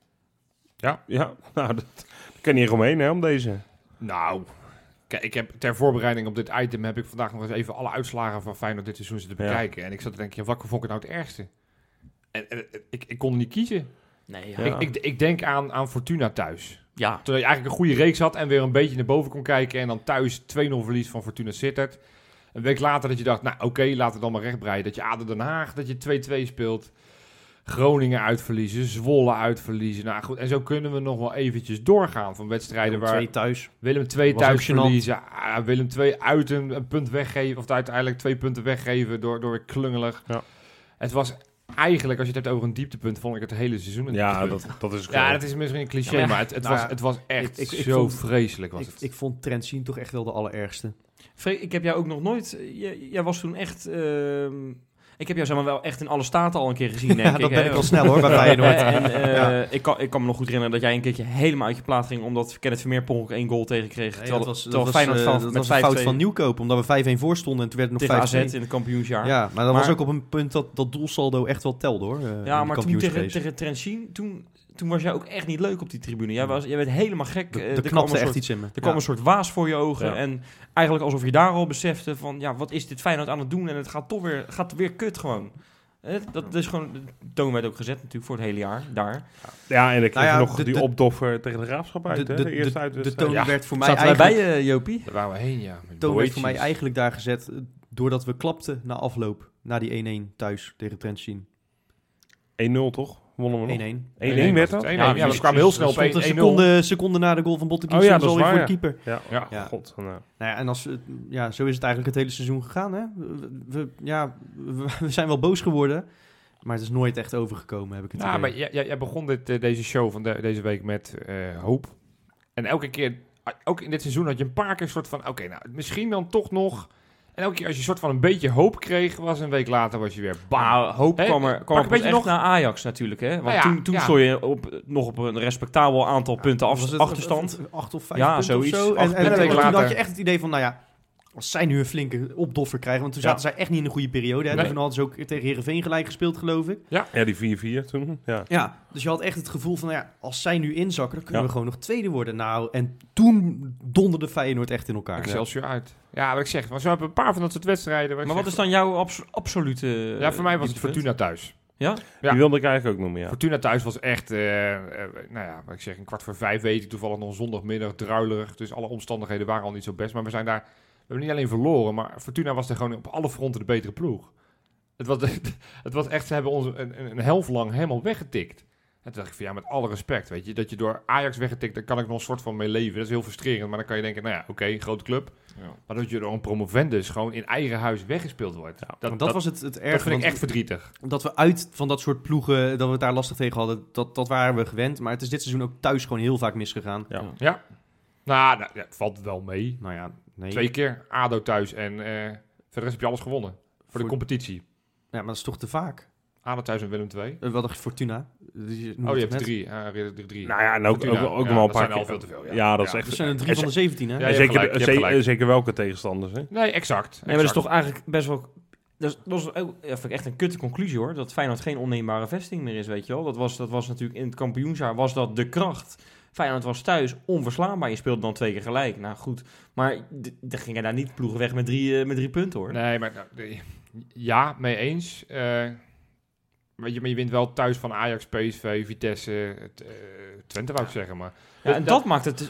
Ja. Nou, dat kan niet omheen, hè, om deze. Nou, kijk, ik heb ter voorbereiding op dit item heb ik vandaag nog eens even alle uitslagen van Feyenoord dit seizoen zitten bekijken. En ik zat te denken, wat vond ik nou het ergste? En ik kon niet kiezen. Nee, ik denk aan Fortuna thuis. Ja. Terwijl je eigenlijk een goede reeks had en weer een beetje naar boven kon kijken. En dan thuis 2-0 verlies van Fortuna Sittard. Een week later dat je dacht, nou oké, laten we dan maar rechtbreien. Dat je ADO Den Haag, dat je 2-2 speelt. Groningen uitverliezen, Zwolle uitverliezen. Nou goed, en zo kunnen we nog wel eventjes doorgaan van wedstrijden waar... Willem II thuis verliezen. Willem II uit een punt weggeven, of uiteindelijk 2 punten weggeven door weer klungelig. Ja. Het was... Eigenlijk, als je het hebt over een dieptepunt, vond ik het hele seizoen. Dat is ja, dat is misschien een cliché, maar het was echt vreselijk. Ik vond Trentin toch echt wel de allerergste. Freek, ik heb jou ook nog nooit... Jij was toen echt... ik heb jou zeg maar wel echt in alle staten al een keer gezien, denk ik. Dat ben ik al snel hoor, bij Feyenoord. Ik kan me nog goed herinneren dat jij een keertje helemaal uit je plaat ging... omdat Kenneth Vermeer per ongeluk 1 goal tegenkreeg. Nee, terwijl Feyenoord dat was een fout van Nieuwkoop, omdat we 5-1 voor stonden en toen werd het nog 5-2. Tegen AZ in het kampioensjaar. Ja, maar dat was ook op een punt dat doelsaldo echt wel telde hoor. Maar toen tegen Trentin, toen was jij ook echt niet leuk op die tribune. Jij werd helemaal gek. Er knapte echt iets in me. Er kwam een soort waas voor je ogen. Ja. En eigenlijk alsof je daar al besefte van... ja, wat is dit Feyenoord aan het doen? En het gaat weer kut gewoon. Dat is gewoon... De toon werd ook gezet natuurlijk voor het hele jaar daar. Ja, en ik kreeg nog die opdoffer tegen de Graafschap uit. De toon werd voor mij zaten eigenlijk... wij bij Jopie? Daar waren we heen, ja. De toon werd voor mij eigenlijk daar gezet... doordat we klapten na afloop. Na die 1-1 thuis tegen Trentin. 1-0 toch? Wonnen we nog? 1-1. 1-1 werd dat? Ja, we kwamen heel snel op 1-0. Seconde na de goal van Botteguin. Oh ja, dat is waar, voor de keeper. Ja. God. Nou ja, en zo is het eigenlijk het hele seizoen gegaan. Hè? We zijn wel boos geworden. Maar het is nooit echt overgekomen, heb ik het idee. Maar jij begon deze show van deze week met hoop. En elke keer, ook in dit seizoen, had je een paar keer een soort van... Oké, misschien dan toch nog... En elke keer als je een soort van een beetje hoop kreeg, was een week later was je weer bam. Nou, hoop kwam er echt nog naar Ajax natuurlijk, hè? Want toen stond je nog op een respectabel aantal punten achterstand. 8 of 5 ja, punten zoiets. of zo. En toen had je echt het idee van, als zij nu een flinke opdoffer krijgen... want toen zaten zij echt niet in een goede periode. Hè? Toen hadden ze ook tegen Heerenveen gelijk gespeeld, geloof ik. Ja, die 4-4 toen. Ja, dus je had echt het gevoel van... als zij nu inzakken, dan kunnen we gewoon nog tweede worden. Nou, en toen donderde Feyenoord echt in elkaar. Excelsior uit. Ja, wat ik zeg. Maar zo hebben we een paar van dat soort wedstrijden. Maar wat is dan jouw absolute... Ja, voor mij was het Fortuna thuis. Ja? Die wilde ik eigenlijk ook nog meer. Fortuna thuis was echt, wat ik zeg, 4:15 weet ik toevallig nog zondagmiddag, druilerig. Dus alle omstandigheden waren al niet zo best. Maar we hebben niet alleen verloren, maar Fortuna was er gewoon op alle fronten de betere ploeg. Het was echt, ze hebben ons een helft lang helemaal weggetikt. En toen dacht ik van met alle respect, weet je, dat je door Ajax weggetikt, daar kan ik nog een soort van mee leven. Dat is heel frustrerend, maar dan kan je denken, oké, grote club. Ja. Maar dat je door een promovendus gewoon in eigen huis weggespeeld wordt. Ja, dat was het erg. Dat vind ik echt verdrietig. Dat we uit van dat soort ploegen, dat we het daar lastig tegen hadden, dat waren we gewend. Maar het is dit seizoen ook thuis gewoon heel vaak misgegaan. Ja. Nou, het valt wel mee. Nou ja, nee. 2 keer ADO thuis en verder heb je alles gewonnen. Voor de competitie. Ja, maar dat is toch te vaak? ADO thuis en Willem II. Wat dacht je, Fortuna? Je hebt 3. Nou ja, en ook wel een paar keer. Al veel te veel. Ja, dat is echt... Dat zijn er 3 van de 17, hè? Ja, zeker welke tegenstanders, hè? Nee, exact. Nee, maar dat is toch eigenlijk best wel... Dat was vind ik echt een kutte conclusie, hoor. Dat Feyenoord geen onneembare vesting meer is, weet je wel. Dat was natuurlijk in het kampioensjaar was dat de kracht. Feyenoord was thuis onverslaanbaar. Je speelde dan 2 keer gelijk. Nou goed, maar dan gingen daar niet ploegen weg met 3 punten, hoor. Nee, maar ja, mee eens. Maar je wint wel thuis van Ajax, PSV, Vitesse, Twente wou ik zeggen, maar... Ja, en dat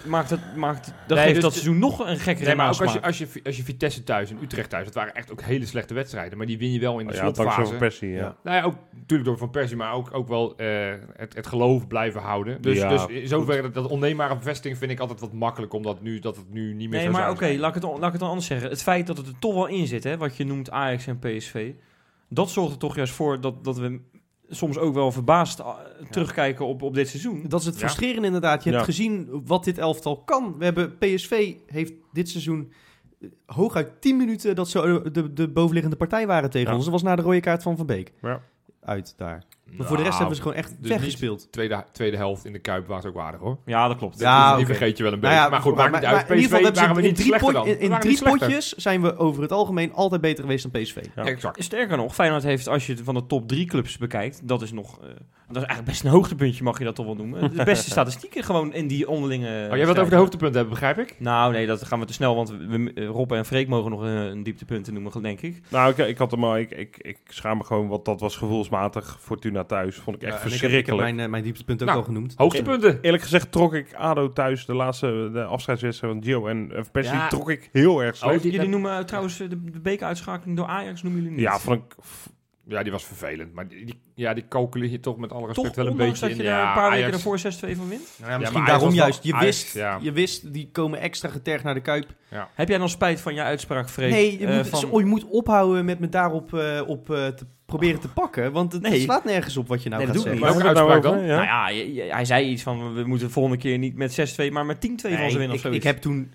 geeft dat seizoen nog een gekkere nasmaak. Maar ook als je Vitesse thuis en Utrecht thuis, dat waren echt ook hele slechte wedstrijden, maar die win je wel in de slotfase. Ja, Van Persie, ja. Nou ja, ook natuurlijk door Van Persie, maar ook wel het geloof blijven houden. Dus in zoverre dat onneembare vesting vind ik altijd wat makkelijk, omdat het nu niet meer zo is. Nee, maar oké, laat ik het dan anders zeggen. Het feit dat het er toch wel in zit, hè, wat je noemt Ajax en PSV, dat zorgt er toch juist voor dat we soms ook wel verbaasd terugkijken op dit seizoen. Dat is het frustrerende inderdaad. Je hebt gezien wat dit elftal kan. PSV heeft dit seizoen hooguit 10 minuten dat ze de bovenliggende partij waren tegen ons. Dat was na de rode kaart van Van Beek. Ja. Uit daar. Maar voor de rest hebben ze gewoon echt weggespeeld. Tweede helft in de Kuip was ook waardig, hoor. Ja, dat klopt. Die vergeet je wel een beetje. Ja, maar goed, maakt niet uit. PSV waren we niet slechter dan. In 3 potjes zijn we over het algemeen altijd beter geweest dan PSV. Ja. Exact. Sterker nog, Feyenoord heeft, als je het van de top 3 clubs bekijkt, dat is eigenlijk best een hoogtepuntje, mag je dat toch wel noemen. De beste statistieken gewoon in die onderlinge... jij wilt over de hoogtepunten hebben, begrijp ik? Nou, nee, dat gaan we te snel, want Rob en Freek mogen nog een dieptepunten noemen, denk ik. Nou, ik had hem al... Ik schaam me gewoon, want dat was gevoelsmatig. Fortuna thuis vond ik echt verschrikkelijk. Ik heb mijn dieptepunt ook al genoemd. Hoogtepunten. Eerlijk gezegd trok ik ADO thuis de afscheidswedstrijd van Gio en Persie trok ik heel erg slecht. Jullie noemen trouwens de bekeruitschakeling door Ajax, noemen jullie niet? Ja, vond ik... Ja, die was vervelend. Maar die calculeer je toch met alle respect wel een beetje dat je er een paar weken ervoor 6-2 van wint? Ja, misschien daarom juist. Je wist, die komen extra getergd naar de Kuip. Ja. Heb jij nog spijt van je uitspraak, Freek? Nee, je moet ophouden met me daarop te proberen te pakken. Want het slaat nergens op wat je nou gaat zeggen. Welke uitspraak dan? Ja. Nou ja, hij zei iets van, we moeten de volgende keer niet met 6-2, maar met 10-2 van ze winnen of zoiets. Ik heb toen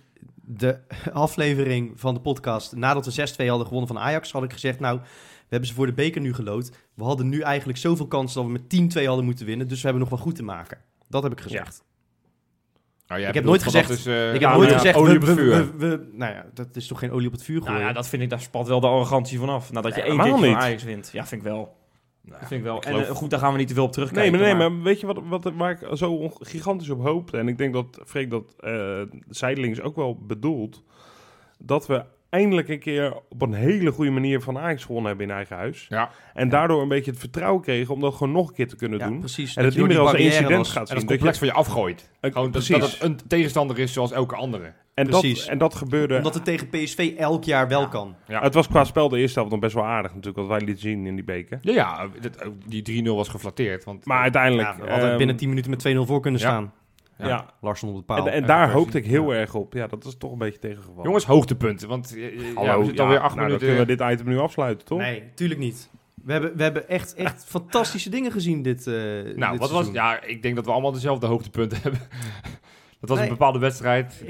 de aflevering van de podcast, nadat we 6-2 hadden gewonnen van Ajax, had ik gezegd, nou, we hebben ze voor de beker nu geloot. We hadden nu eigenlijk zoveel kansen dat we met 10-2 hadden moeten winnen. Dus we hebben nog wel goed te maken. Dat heb ik gezegd. Nou, ik heb nooit gezegd... ik heb nooit gezegd... Olie op het vuur. Nou ja, dat is toch geen olie op het vuur gooien? Nou ja, dat vind ik, daar spat wel de arrogantie vanaf. Nadat je 1 keer van Ajax wint. Ja, vind ik wel. Nou, vind ik wel. En goed, daar gaan we niet te veel op terugkijken. Maar weet je waar ik zo gigantisch op hoopte? En ik denk dat Freek dat zijdelings ook wel bedoelt. Dat we eindelijk een keer op een hele goede manier van Ajax gewonnen hebben in eigen huis. Ja. En daardoor een beetje het vertrouwen kregen om dat gewoon nog een keer te kunnen doen. Precies. En het niet meer als een incident gaat zien. En dat complex van je afgooit. Gewoon dat het een tegenstander is zoals elke andere. En dat gebeurde... Omdat het tegen PSV elk jaar wel kan. Ja. Het was qua spel de eerste helft nog best wel aardig natuurlijk, wat wij lieten zien in die beker. Ja, die 3-0 was geflatteerd. Want, maar uiteindelijk... we hadden binnen 10 minuten met 2-0 voor kunnen staan. Ja. Larsson op de paal. En daar hoopte ik heel erg op. Ja, dat is toch een beetje tegengevallen. Jongens, hoogtepunten. Want we zitten alweer 8 minuten. Dan kunnen we dit item nu afsluiten, toch? Nee, tuurlijk niet. We hebben echt fantastische dingen gezien dit wat was... Ja, ik denk dat we allemaal dezelfde hoogtepunten hebben. Dat was een bepaalde wedstrijd.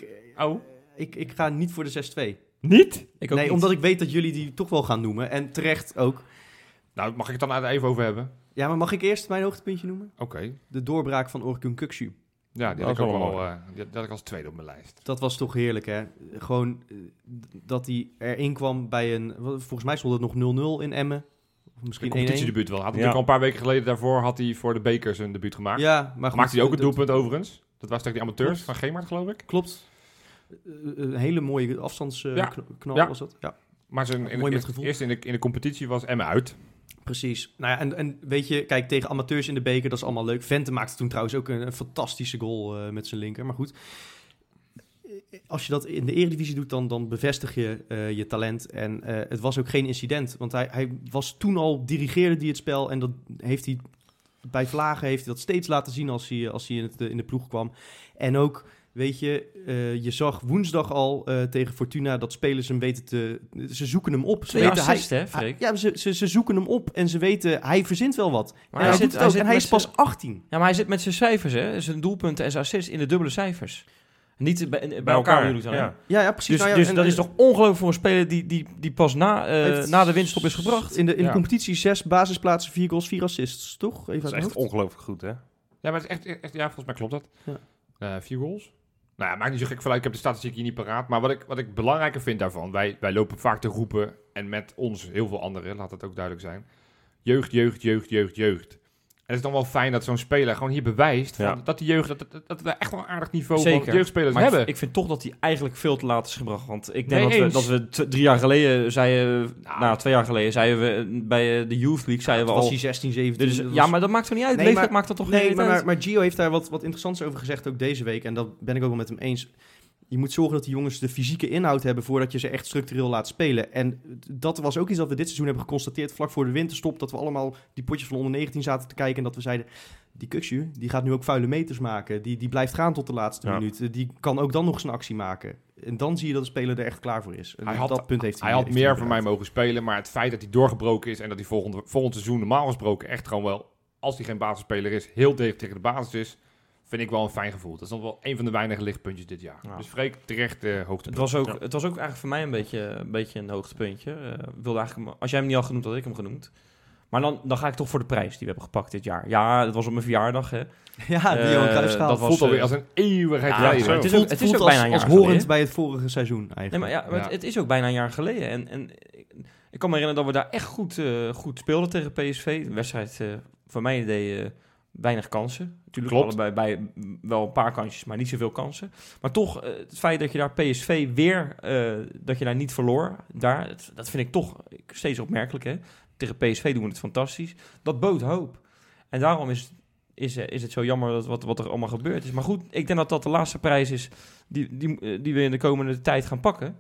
Ik ga niet voor de 6-2. Niet? Ik ook niet. Omdat ik weet dat jullie die toch wel gaan noemen. En terecht ook. Nou, mag ik het dan even over hebben? Ja, maar mag ik eerst mijn hoogtepuntje noemen? Oké. De doorbraak van Orkun Kukçu. Ja, die had ik ook wel. Die had ik als tweede op mijn lijst. Dat was toch heerlijk, hè? Gewoon dat hij erin kwam bij een... Volgens mij stond het nog 0-0 in Emmen. Of misschien 1-1. Een competitiedebuut wel. Had natuurlijk al een paar weken geleden daarvoor had hij voor de beker zijn debuut gemaakt. Ja, maar goed, maakte hij ook een doelpunt overigens. Dat was tegen die amateurs van Gemart, geloof ik. Klopt. Een hele mooie afstandsknal was dat. Ja. Maar eerst in de competitie was Emmen uit. Precies. Nou ja, en weet je, kijk, tegen amateurs in de beker, dat is allemaal leuk. Vente maakte toen trouwens ook een fantastische goal met zijn linker. Maar goed, als je dat in de Eredivisie doet, dan bevestig je je talent. En het was ook geen incident. Want hij was toen al, dirigeerde hij het spel. En dat heeft hij bij vlagen heeft hij dat steeds laten zien als hij in de ploeg kwam. En ook... Weet je, je zag woensdag al tegen Fortuna dat spelers hem weten ze zoeken hem op. Ze weten hè, Freek? Ze zoeken hem op en ze weten, hij verzint wel wat. Maar hij is pas 18. Ja, maar hij zit met zijn cijfers, hè? Zijn doelpunten en zijn assists in de dubbele cijfers. Niet bij elkaar bedoel ik dan, ja, precies. Dus dat is toch ongelooflijk voor een speler die pas na de winststop is gebracht? In de competitie 6 basisplaatsen, 4 goals, 4 assists, toch? Even dat is echt ongelooflijk goed, hè? Ja, maar het is echt volgens mij klopt dat. Ja. 4 goals. Nou ja, maakt niet zo gek vanuit. Ik heb de statistiek hier niet paraat. Maar wat ik belangrijker vind daarvan... Wij lopen vaak te roepen... en met ons heel veel anderen... laat dat ook duidelijk zijn... jeugd. En het is dan wel fijn dat zo'n speler gewoon hier bewijst... dat die jeugd... dat we echt wel een aardig niveau van jeugdspelers maar hebben. Ik vind toch dat hij eigenlijk veel te laat is gebracht. Want ik denk dat we 3 jaar geleden zeiden... 2 jaar geleden zeiden we... bij de Youth League zeiden we al... was hij 16, 17. Dus, ja, maar dat maakt toch niet uit? Leeftijd maakt dat toch niet uit? Maar Gio heeft daar wat interessants over gezegd ook deze week. En dat ben ik ook wel met hem eens. Je moet zorgen dat die jongens de fysieke inhoud hebben... voordat je ze echt structureel laat spelen. En dat was ook iets dat we dit seizoen hebben geconstateerd... vlak voor de winterstop, dat we allemaal die potjes van onder 19 zaten te kijken... en dat we zeiden, die Kukçu, die gaat nu ook vuile meters maken. Die blijft gaan tot de laatste minuut. Die kan ook dan nog zijn actie maken. En dan zie je dat de speler er echt klaar voor is. En dat punt heeft hij had meer voor mij mogen spelen... maar het feit dat hij doorgebroken is... en dat hij volgend seizoen normaal gesproken... echt gewoon wel, als hij geen basisspeler is... heel tegen de basis is... vind ik wel een fijn gevoel. Dat is nog wel een van de weinige lichtpuntjes dit jaar. Ja. Dus Freek, terecht hoogtepunt. Het was ook eigenlijk voor mij een beetje een hoogtepuntje. Wilde eigenlijk, als jij hem niet al genoemd had, ik hem genoemd. Maar dan ga ik toch voor de prijs die we hebben gepakt dit jaar. Ja, het was op mijn verjaardag, hè. Ja, de Johan Cruijffschaal. Dat voelt alweer als een eeuwigheid geleden. Het is ook bijna een jaar als horend bij het vorige seizoen eigenlijk. Nee, maar het is ook bijna een jaar geleden. En ik kan me herinneren dat we daar echt goed speelden tegen PSV. De wedstrijd, voor mijn idee... weinig kansen. Natuurlijk allebei bij wel een paar kansjes, maar niet zoveel kansen. Maar toch, het feit dat je daar PSV weer, dat je daar niet verloor, dat vind ik toch steeds opmerkelijk. Hè? Tegen PSV doen we het fantastisch. Dat bood hoop. En daarom is het zo jammer wat er allemaal gebeurd is. Maar goed, ik denk dat de laatste prijs is die we in de komende tijd gaan pakken.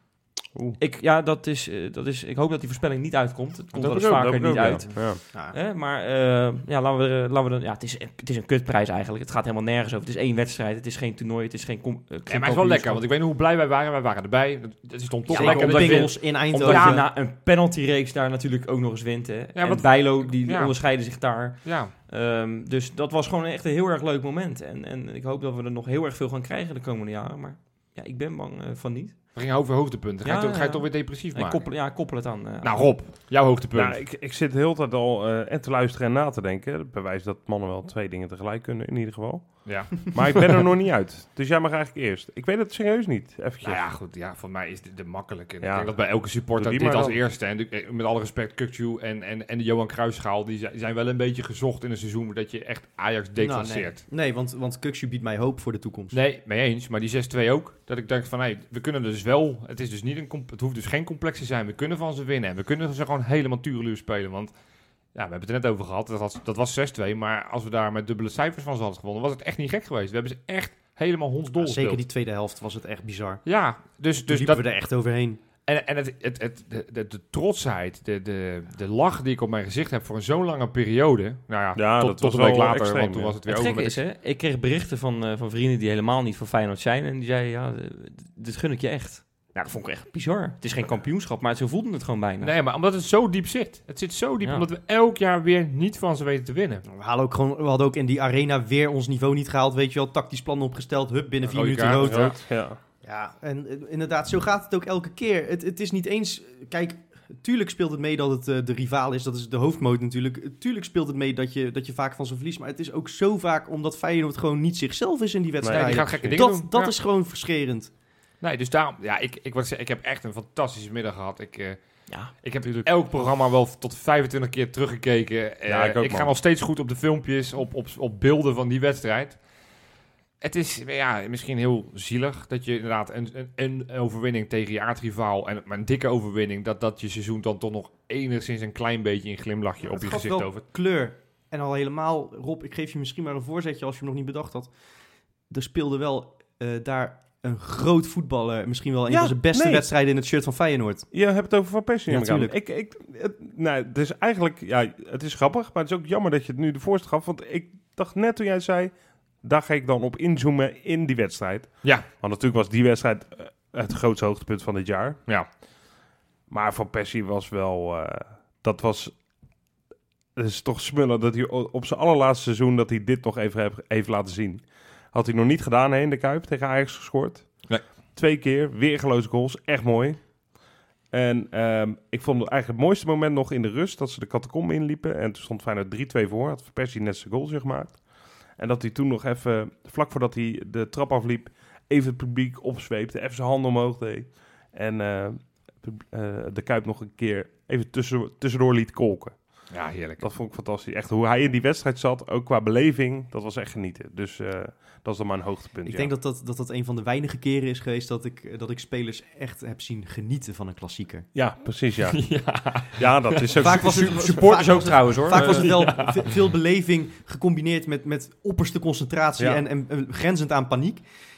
Ik hoop dat die voorspelling niet uitkomt. Het komt wel eens vaker niet uit. Ja. Maar laten we dan... Ja, het is een kutprijs eigenlijk. Het gaat helemaal nergens over. Het is 1 wedstrijd. Het is geen toernooi. Het is geen... maar het is wel lekker. Want ik weet nog hoe blij wij waren. Wij waren erbij. Het stond toch lekker. Omdat Pingels in Eindhoven. Omdat je na een penaltyreeks daar natuurlijk ook nog eens wint. Hè. En Bijlo, die onderscheiden zich daar. Ja. Dus dat was gewoon echt een heel erg leuk moment. En ik hoop dat we er nog heel erg veel gaan krijgen de komende jaren. Maar... Ja, ik ben bang van niet. We gingen over hoogtepunten. Ga je toch weer depressief maken? Koppel het aan. Nou Rob, jouw hoogtepunt. Nou, ik zit de hele tijd al en te luisteren en na te denken. Bewijs dat mannen wel 2 dingen tegelijk kunnen, in ieder geval. Ja. Maar ik ben er nog niet uit. Dus jij mag eigenlijk eerst. Ik weet het serieus niet. Eventjes. Nou ja, goed. Ja, voor mij is dit de makkelijke. Ja. Ik denk dat bij elke supporter dit als eerste. En met alle respect, Kukçu en de Johan Cruijffschaal, die zijn wel een beetje gezocht in een seizoen dat je echt Ajax declasseert. Nee, want Kukçu biedt mij hoop voor de toekomst. Nee, mee eens. Maar die 6-2 ook. Dat ik denk van, we kunnen dus wel... Het is dus niet het hoeft dus geen complex te zijn. We kunnen van ze winnen. En we kunnen ze gewoon helemaal tureluur spelen. Want ja, we hebben het er net over gehad. Dat was 6-2. Maar als we daar met dubbele cijfers van ze hadden gewonnen, was het echt niet gek geweest. We hebben ze echt helemaal hondsdol gespeeld. Zeker die tweede helft was het echt bizar. Ja, dus liepen dat we er echt overheen. En de trotsheid, de lach die ik op mijn gezicht heb voor zo'n lange periode. Nou ja, tot een week later, extreem, want toen was het weer over. Het gekke is, ik kreeg berichten van vrienden die helemaal niet van Feyenoord zijn. En die zeiden, ja, dit gun ik je echt. Nou, dat vond ik echt bizar. Het is geen kampioenschap, maar zo voelde het gewoon bijna. Nee, maar omdat het zo diep zit. Het zit zo diep, omdat we elk jaar weer niet van ze weten te winnen. We hadden ook in die arena weer ons niveau niet gehaald. Weet je wel, tactisch plan opgesteld. Hup, binnen 4 minuten rood. Ja, en inderdaad, zo gaat het ook elke keer. Het is niet eens... Kijk, tuurlijk speelt het mee dat het de rivaal is. Dat is de hoofdmoot natuurlijk. Tuurlijk speelt het mee dat je vaak van ze verliest. Maar het is ook zo vaak omdat Feyenoord gewoon niet zichzelf is in die wedstrijd. Nee, die gaat gekke dingen doen. Dat is gewoon verscherend. Nee, dus daarom... Ja, ik heb echt een fantastische middag gehad. Ik heb natuurlijk elk programma wel tot 25 keer teruggekeken. Ja, ik ga nog steeds goed op de filmpjes, op beelden van die wedstrijd. Het is misschien heel zielig dat je inderdaad een overwinning tegen je aardrivaal, maar een dikke overwinning, dat je seizoen dan toch nog enigszins een klein beetje een glimlachje op je gezicht over. Kleur. En al helemaal, Rob, ik geef je misschien maar een voorzetje als je hem nog niet bedacht had. Er speelde wel daar een groot voetballer, misschien wel een van zijn beste wedstrijden in het shirt van Feyenoord. Je hebt het over Van Persie. Ja, natuurlijk. Het is eigenlijk, het is grappig, maar het is ook jammer dat je het nu de voorstel gaf, want ik dacht net toen jij zei, daar ga ik dan op inzoomen in die wedstrijd. Ja. Want natuurlijk was die wedstrijd het grootste hoogtepunt van dit jaar. Ja. Maar Van Persie was wel, het is toch smullen dat hij op zijn allerlaatste seizoen dat hij dit nog even heeft laten zien. Had hij nog niet gedaan in de Kuip tegen Ajax gescoord. Nee. 2 keer, weergeloze goals, echt mooi. En ik vond eigenlijk het mooiste moment nog in de rust, dat ze de catacombe inliepen. En toen stond Feyenoord 3-2 voor, had Van Persie net zijn goal gemaakt. En dat hij toen nog even, vlak voordat hij de trap afliep, even het publiek opzweepte, even zijn handen omhoog deed. En de Kuip nog een keer even tussendoor liet kolken. Ja, heerlijk. Dat vond ik fantastisch. Echt hoe hij in die wedstrijd zat, ook qua beleving, dat was echt genieten. Dus dat is dan mijn hoogtepunt. Ik denk dat een van de weinige keren is geweest dat ik spelers echt heb zien genieten van een klassieker. Ja, precies, ja. Ja, dat is ook... Vaak was het supporters ook trouwens, hoor. Vaak was het wel veel beleving gecombineerd met opperste concentratie en grenzend aan paniek.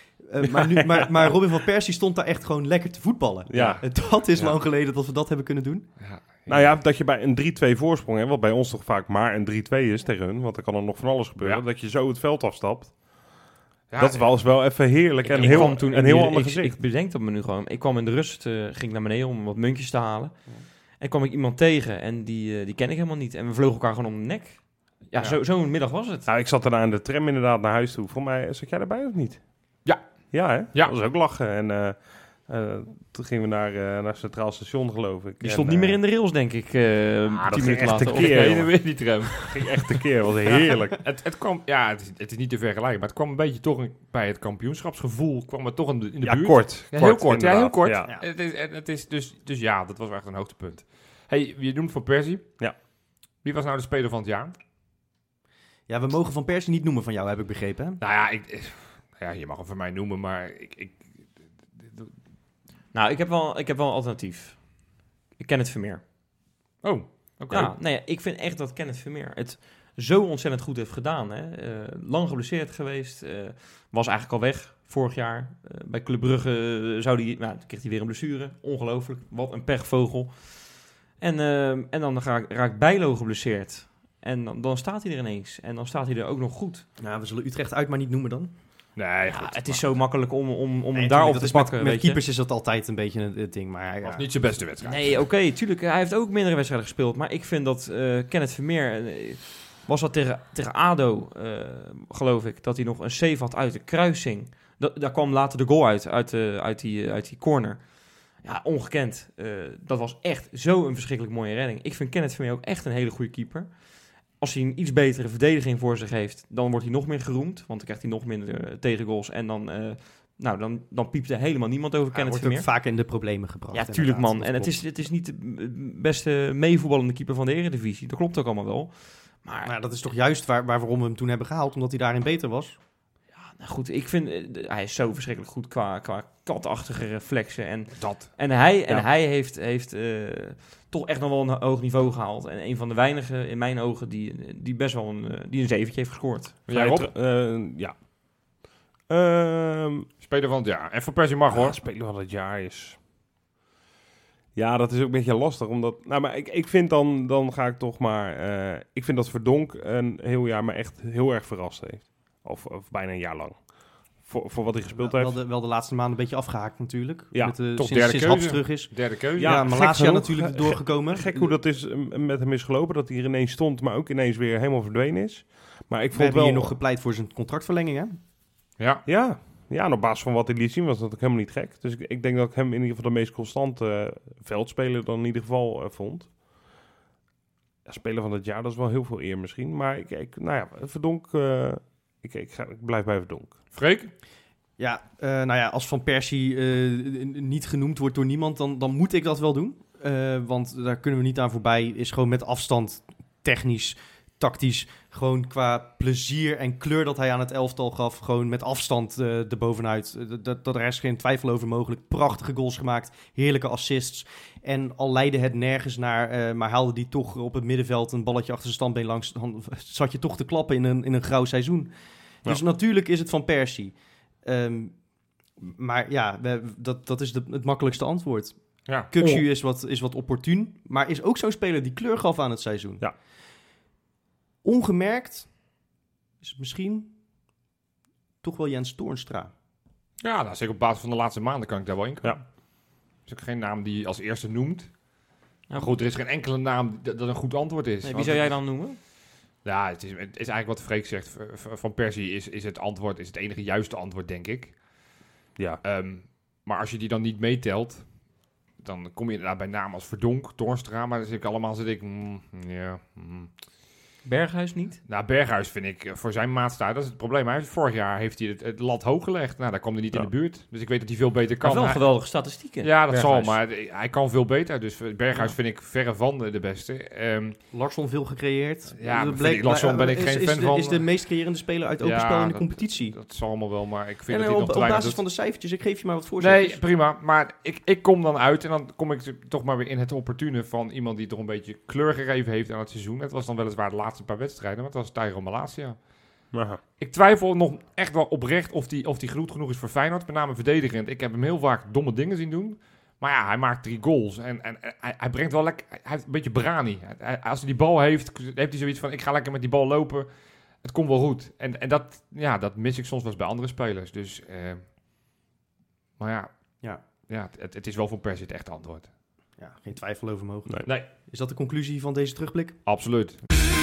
Maar Robin van Persie stond daar echt gewoon lekker te voetballen. Ja. Dat is lang geleden dat we dat hebben kunnen doen. Ja. Nou ja, dat je bij een 3-2 voorsprong hebt, wat bij ons toch vaak maar een 3-2 is tegen hun, want er kan er nog van alles gebeuren, dat je zo het veld afstapt. Ja, dat was wel even heerlijk en een heel ander gezicht. Ik bedenk dat me nu gewoon. Ik kwam in de rust, ging naar beneden om wat muntjes te halen. En kwam ik iemand tegen en die ken ik helemaal niet. En we vlogen elkaar gewoon om de nek. Ja. Zo'n middag was het. Nou, ik zat daarna in de tram inderdaad naar huis toe. Voor mij, zat jij erbij of niet? Ja. Ja, hè? Ja. Dat was ook lachen. En toen gingen we naar Centraal Station, geloof ik. Die stond niet meer in de rails, denk ik. 10 minuten later. Weer die tram. Ging echt tekeer. Dat was heerlijk. Het kwam, het is niet te vergelijken, maar het kwam een beetje toch bij het kampioenschapsgevoel kwam het toch in de buurt. Ja, kort. Heel kort. Ja, heel kort. Ja. Het is dus dat was echt een hoogtepunt. Hey, je noemt Van Persie. Ja. Wie was nou de speler van het jaar? Ja, we mogen Van Persie niet noemen van jou, heb ik begrepen. Hè? Nou ja, je mag hem van mij noemen, maar Nou, ik heb wel een alternatief. Kenneth Vermeer. Oh, oké. Ja, nee, ik vind echt dat Kenneth Vermeer het zo ontzettend goed heeft gedaan. Hè. Lang geblesseerd geweest. Was eigenlijk al weg vorig jaar. Bij Club Brugge kreeg hij weer een blessure. Ongelooflijk. Wat een pechvogel. En dan raakt Bijlo geblesseerd. En dan staat hij er ineens. En dan staat hij er ook nog goed. Nou, we zullen Utrecht uit maar niet noemen dan. Nee, goed, het is zo makkelijk om hem daarop te pakken. Met keepers is dat altijd een beetje het ding. Maar was niet zijn beste wedstrijd. Nee, oké, tuurlijk. Hij heeft ook mindere wedstrijden gespeeld. Maar ik vind dat Kenneth Vermeer Was dat tegen ADO, geloof ik, dat hij nog een save had uit de kruising. Daar kwam later de goal uit die corner. Ja, ongekend. Dat was echt zo'n verschrikkelijk mooie redding. Ik vind Kenneth Vermeer ook echt een hele goede keeper. Als hij een iets betere verdediging voor zich heeft, dan wordt hij nog meer geroemd. Want dan krijgt hij nog minder tegengoals. En dan piept er helemaal niemand over Kenneth Vermeer. Wordt ook vaak in de problemen gebracht. Ja, tuurlijk man. En het is niet de beste meevoetballende keeper van de Eredivisie. Dat klopt ook allemaal wel. Maar dat is toch juist waarom we hem toen hebben gehaald, omdat hij daarin beter was? Ja, nou goed, ik vind hij is zo verschrikkelijk goed qua katachtige reflexen. En hij heeft toch echt nog wel een hoog niveau gehaald. En een van de weinigen in mijn ogen die best wel een 7'tje heeft gescoord. Ja. Speler van het jaar. En Van Persie mag hoor. Speler van het jaar is... Ja, dat is ook een beetje lastig. Omdat, maar ik vind dan ga ik toch maar... ik vind dat Verdonk een heel jaar me echt heel erg verrast heeft. Of bijna een jaar lang. Voor wat hij gespeeld heeft. Wel de laatste maanden een beetje afgehaakt natuurlijk. Ja, toch sinds Haps terug is. Derde keuze. Ja, Malasia natuurlijk doorgekomen. Gek hoe dat is met hem is gelopen. Dat hij er ineens stond, maar ook ineens weer helemaal verdwenen is. Maar ik vond wel... hier nog gepleit voor zijn contractverlenging, hè? Ja, en op basis van wat hij liet zien was dat ook helemaal niet gek. Dus ik denk dat ik hem in ieder geval de meest constante veldspeler dan in ieder geval vond. Ja, speler van het jaar, dat is wel heel veel eer misschien. Maar Verdonk, ik blijf bij Verdonk. Freek? Ja, als Van Persie niet genoemd wordt door niemand, dan moet ik dat wel doen. Want daar kunnen we niet aan voorbij. Is gewoon met afstand technisch, tactisch, gewoon qua plezier en kleur dat hij aan het elftal gaf, gewoon met afstand erbovenuit. Er is geen twijfel over mogelijk. Prachtige goals gemaakt, heerlijke assists. En al leidde het nergens naar, maar haalde die toch op het middenveld een balletje achter zijn standbeen langs, dan zat je toch te klappen in een grauw seizoen. Dus natuurlijk is het Van Persie. Maar ja, dat is het makkelijkste antwoord. Ja. Kukçu is wat opportun, maar is ook zo'n speler die kleur gaf aan het seizoen. Ja. Ongemerkt is het misschien toch wel Jens Toornstra. Ja, zeker op basis van de laatste maanden kan ik daar wel in komen. Ja. Er is ook geen naam die je als eerste noemt. Ja, maar goed, er is geen enkele naam dat een goed antwoord is. Nee, wie zou jij dan noemen? Ja, het is eigenlijk wat Freek zegt. Van Persie is het antwoord, is het enige juiste antwoord, denk ik. Ja. Maar als je die dan niet meetelt, dan kom je inderdaad bij namen als Verdonk, Toornstra, maar dan zit ik... Berghuis niet? Nou, Berghuis vind ik voor zijn maatstaat, dat is het probleem. Vorig jaar heeft hij het lat hoog gelegd. Nou, daar kwam hij niet in de buurt. Dus ik weet dat hij veel beter kan. Hij heeft wel geweldige statistieken. Ja, dat Berghuis. zal, maar hij kan veel beter. Dus Berghuis vind ik verre van de beste. Larsson veel gecreëerd. Ja, Larsson ben ik geen fan van. Is de meest creërende speler uit open spel in de competitie. Dat zal allemaal wel, maar ik vind en dat hij op basis van de cijfertjes, ik geef je maar wat voorzetjes. Nee, prima. Maar ik kom dan uit en dan kom ik toch maar weer in het opportune van iemand die toch een beetje kleur gegeven heeft aan het seizoen. Het was dan weliswaar de laatste paar wedstrijden, maar het was Tyro Malasia. Aha. Ik twijfel nog echt wel oprecht of die goed genoeg is voor Feyenoord, met name verdedigend. Ik heb hem heel vaak domme dingen zien doen. Maar ja, hij maakt 3 goals en hij brengt wel lekker... Hij heeft een beetje brani. Als hij die bal heeft hij zoiets van, ik ga lekker met die bal lopen. Het komt wel goed. En dat mis ik soms wel eens bij andere spelers. Dus, maar ja, het is wel voor Persie het echte antwoord. Ja, geen twijfel over mogelijk. Nee. Is dat de conclusie van deze terugblik? Absoluut.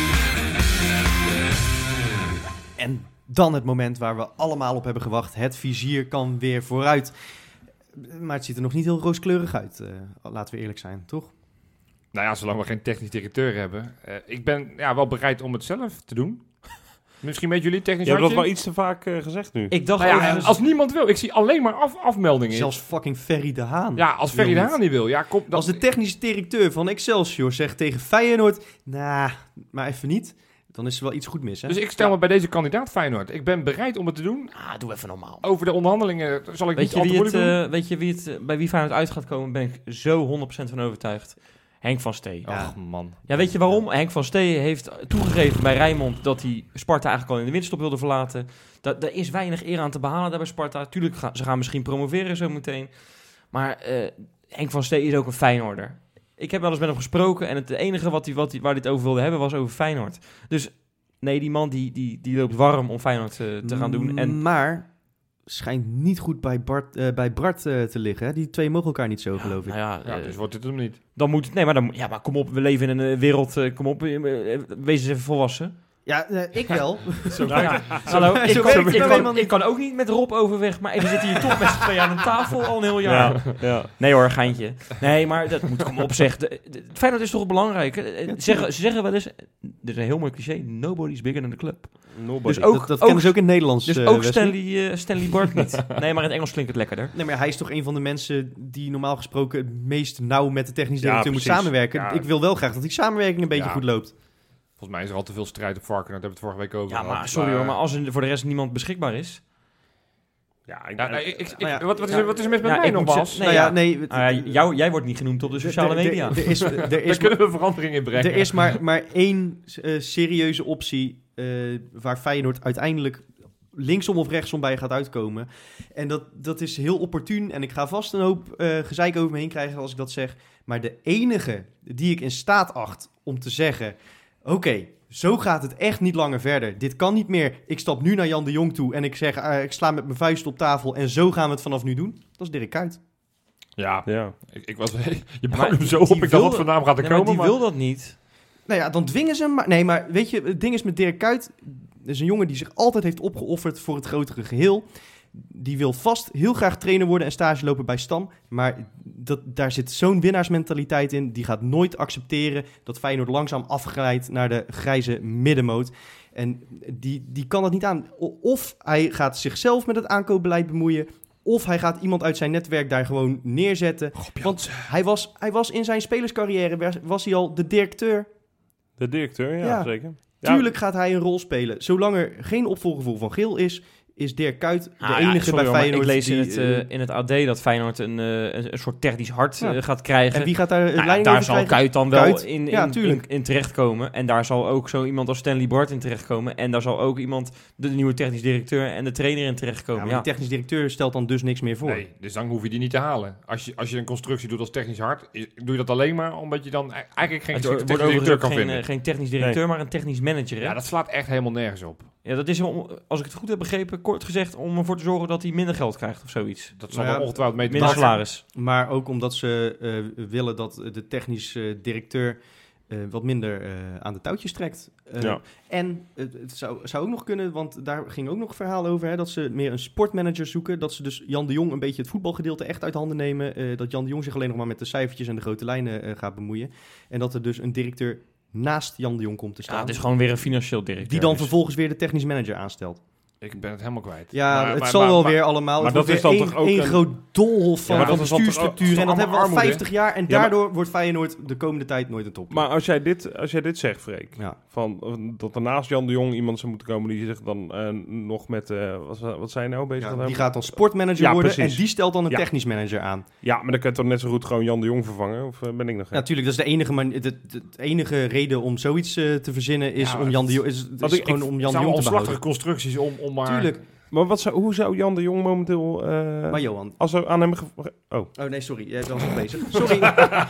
En dan het moment waar we allemaal op hebben gewacht. Het vizier kan weer vooruit. Maar het ziet er nog niet heel rooskleurig uit. Laten we eerlijk zijn, toch? Nou ja, zolang we geen technisch directeur hebben. Ik ben wel bereid om het zelf te doen. Misschien weten jullie technisch Je hebt dat hartje? wel iets te vaak gezegd nu. Ik dacht als niemand wil. Ik zie alleen maar afmeldingen. Zelfs fucking Ferry de Haan. Ja, als Ferry de Haan niet wil. Ja, kom, als de technische directeur van Excelsior zegt tegen Feyenoord... maar even niet. Dan is er wel iets goed mis, hè? Dus ik stel me bij deze kandidaat Feyenoord. Ik ben bereid om het te doen. Doe even normaal. Over de onderhandelingen zal ik niet al te moeilijk doen. Weet je bij wie Feyenoord uit gaat komen? Ben ik zo 100% van overtuigd. Henk van Stee. Och man. Ja, weet je waarom? Henk van Stee heeft toegegeven bij Rijnmond dat hij Sparta eigenlijk al in de winterstop wilde verlaten. Daar is weinig eer aan te behalen daar bij Sparta. Tuurlijk, ze gaan misschien promoveren zo meteen. Maar Henk van Stee is ook een Feyenoorder. Ik heb wel eens met hem gesproken en het enige waar hij het over wilde hebben was over Feyenoord. Dus nee, die man die loopt warm om Feyenoord te gaan doen. Maar schijnt niet goed bij Bart te liggen. Hè? Die twee mogen elkaar niet zo, geloof ik. Dus wordt het hem niet. Dan moet het... Nee, maar kom op, we leven in een wereld... kom op, wees eens even volwassen. Ja, ik wel. Hallo, ik kan ook niet met Rob overweg, maar we zitten hier toch met z'n tweeën aan een tafel al een heel jaar. Ja. Nee hoor, geintje. Nee, maar dat moet ik hem opzeggen. Feyenoord is toch belangrijk. Ze zeggen wel eens, dit is een heel mooi cliché, nobody's bigger than the club. Dus dat kennen ze ook in het Nederlands. Dus ook Stanley Bart niet. Nee, maar in het Engels klinkt het lekkerder. Nee, maar hij is toch een van de mensen die normaal gesproken het meest nauw met de technisch directeur moet samenwerken. Ja. Ik wil wel graag dat die samenwerking een beetje goed loopt. Volgens mij is er al te veel strijd op Varkenoord. Daar hebben we het vorige week over gehad. Maar sorry hoor, maar als er voor de rest niemand beschikbaar is... Wat is er mis met mij nogmaals? Jij wordt niet genoemd op de sociale media. Daar kunnen we verandering in brengen. Er is maar één serieuze optie waar Feyenoord uiteindelijk linksom of rechtsom bij gaat uitkomen. En dat is heel opportun. En ik ga vast een hoop gezeik over me heen krijgen als ik dat zeg. Maar de enige die ik in staat acht om te zeggen... Oké, zo gaat het echt niet langer verder. Dit kan niet meer. Ik stap nu naar Jan de Jong toe en ik zeg... ik sla met mijn vuist op tafel en zo gaan we het vanaf nu doen. Dat is Dirk Kuyt. Ja. Je bouwt hem zo op. Ik dacht wat voor naam gaat er komen. Maar die wil dat niet. Nou ja, dan dwingen ze hem. Nee, maar weet je, het ding is met Dirk Kuyt... Dat is een jongen die zich altijd heeft opgeofferd voor het grotere geheel. Die wil vast heel graag trainer worden en stage lopen bij Stam. Maar daar zit zo'n winnaarsmentaliteit in. Die gaat nooit accepteren dat Feyenoord langzaam afglijdt naar de grijze middenmoot. En die kan dat niet aan. Of hij gaat zichzelf met het aankoopbeleid bemoeien... Of hij gaat iemand uit zijn netwerk daar gewoon neerzetten. Want hij was in zijn spelerscarrière was hij al de directeur. De directeur, ja. Zeker. Tuurlijk gaat hij een rol spelen. Zolang er geen opvolger voor Van Geel is Dirk Kuyt de enige bij Feyenoord. Ik lees in het AD dat Feyenoord een soort technisch hart gaat krijgen. En wie gaat daar leiding daar over zal Kuyt dan wel in terechtkomen. En daar zal ook zo iemand als Stanley Bart in terechtkomen. En daar zal ook iemand, de nieuwe technisch directeur en de trainer in terechtkomen. Ja, maar de technisch directeur stelt dan dus niks meer voor. Nee, dus dan hoef je die niet te halen. Als je een constructie doet als technisch hart, doe je dat alleen maar omdat je dan eigenlijk geen technisch directeur kan vinden. Geen technisch directeur, maar een technisch manager. Hè? Ja, dat slaat echt helemaal nergens op. Ja, dat is, als ik het goed heb begrepen, kort gezegd, om ervoor te zorgen dat hij minder geld krijgt of zoiets. Dat zal er ongetwijfeld mee te maken. Minder salaris. Maar ook omdat ze willen dat de technisch directeur wat minder aan de touwtjes trekt. En het zou ook nog kunnen, want daar ging ook nog een verhaal over, hè, dat ze meer een sportmanager zoeken. Dat ze dus Jan de Jong een beetje het voetbalgedeelte echt uit handen nemen. Dat Jan de Jong zich alleen nog maar met de cijfertjes en de grote lijnen gaat bemoeien. En dat er dus een directeur naast Jan de Jong komt te staan. Ja, het is gewoon weer een financieel directeur. Die dan vervolgens weer de technisch manager aanstelt. Ik ben het helemaal kwijt. Ja, het zal wel weer allemaal. Maar dat is dan toch ook een groot doolhof van bestuursstructuur. En dat hebben we al 50 jaar. En daardoor wordt Feyenoord de komende tijd nooit een top. Maar als jij dit zegt, Freek, dat er naast Jan de Jong iemand zou moeten komen die zich dan nog met... wat zijn nou bezig? Die gaat dan sportmanager worden en die stelt dan een technisch manager aan. Ja, maar dan kun je toch net zo goed gewoon Jan de Jong vervangen? Of ben ik nog... Ja, natuurlijk. Dat is de enige reden om zoiets te verzinnen is om Jan de Jong... gewoon om Jan de Jong te behouden. Constructies om maar... Tuurlijk. Maar hoe zou Jan de Jong momenteel... maar Johan... Als er aan hem... Oh nee, sorry. Jij bent nog bezig. Sorry.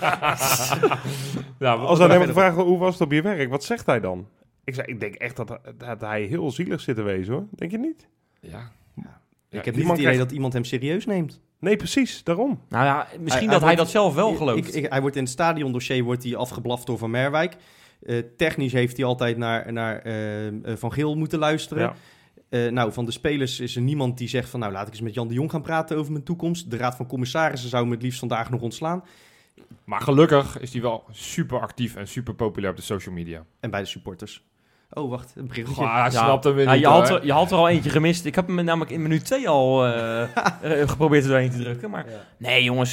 Als aan hem gevraagd hoe was het op je werk, wat zegt hij dan? Ik denk echt dat hij heel zielig zit te wezen, hoor. Denk je niet? Ja. Ik heb niet het idee dat iemand hem serieus neemt. Nee, precies. Daarom. Nou ja, misschien hij dat zelf wel gelooft. Hij wordt in het stadiondossier afgeblaft door Van Merwijk. Technisch heeft hij altijd naar Van Geel moeten luisteren. Ja. Van de spelers is er niemand die zegt van... laat ik eens met Jan de Jong gaan praten over mijn toekomst. De Raad van Commissarissen zou me het liefst vandaag nog ontslaan. Maar gelukkig is hij wel super actief en super populair op de social media. En bij de supporters. Oh, wacht. Een berichtje. Hij snapt hem weer niet. Je had er al eentje gemist. Ik heb hem namelijk in minuut 2 al geprobeerd er doorheen te drukken. Maar nee, jongens...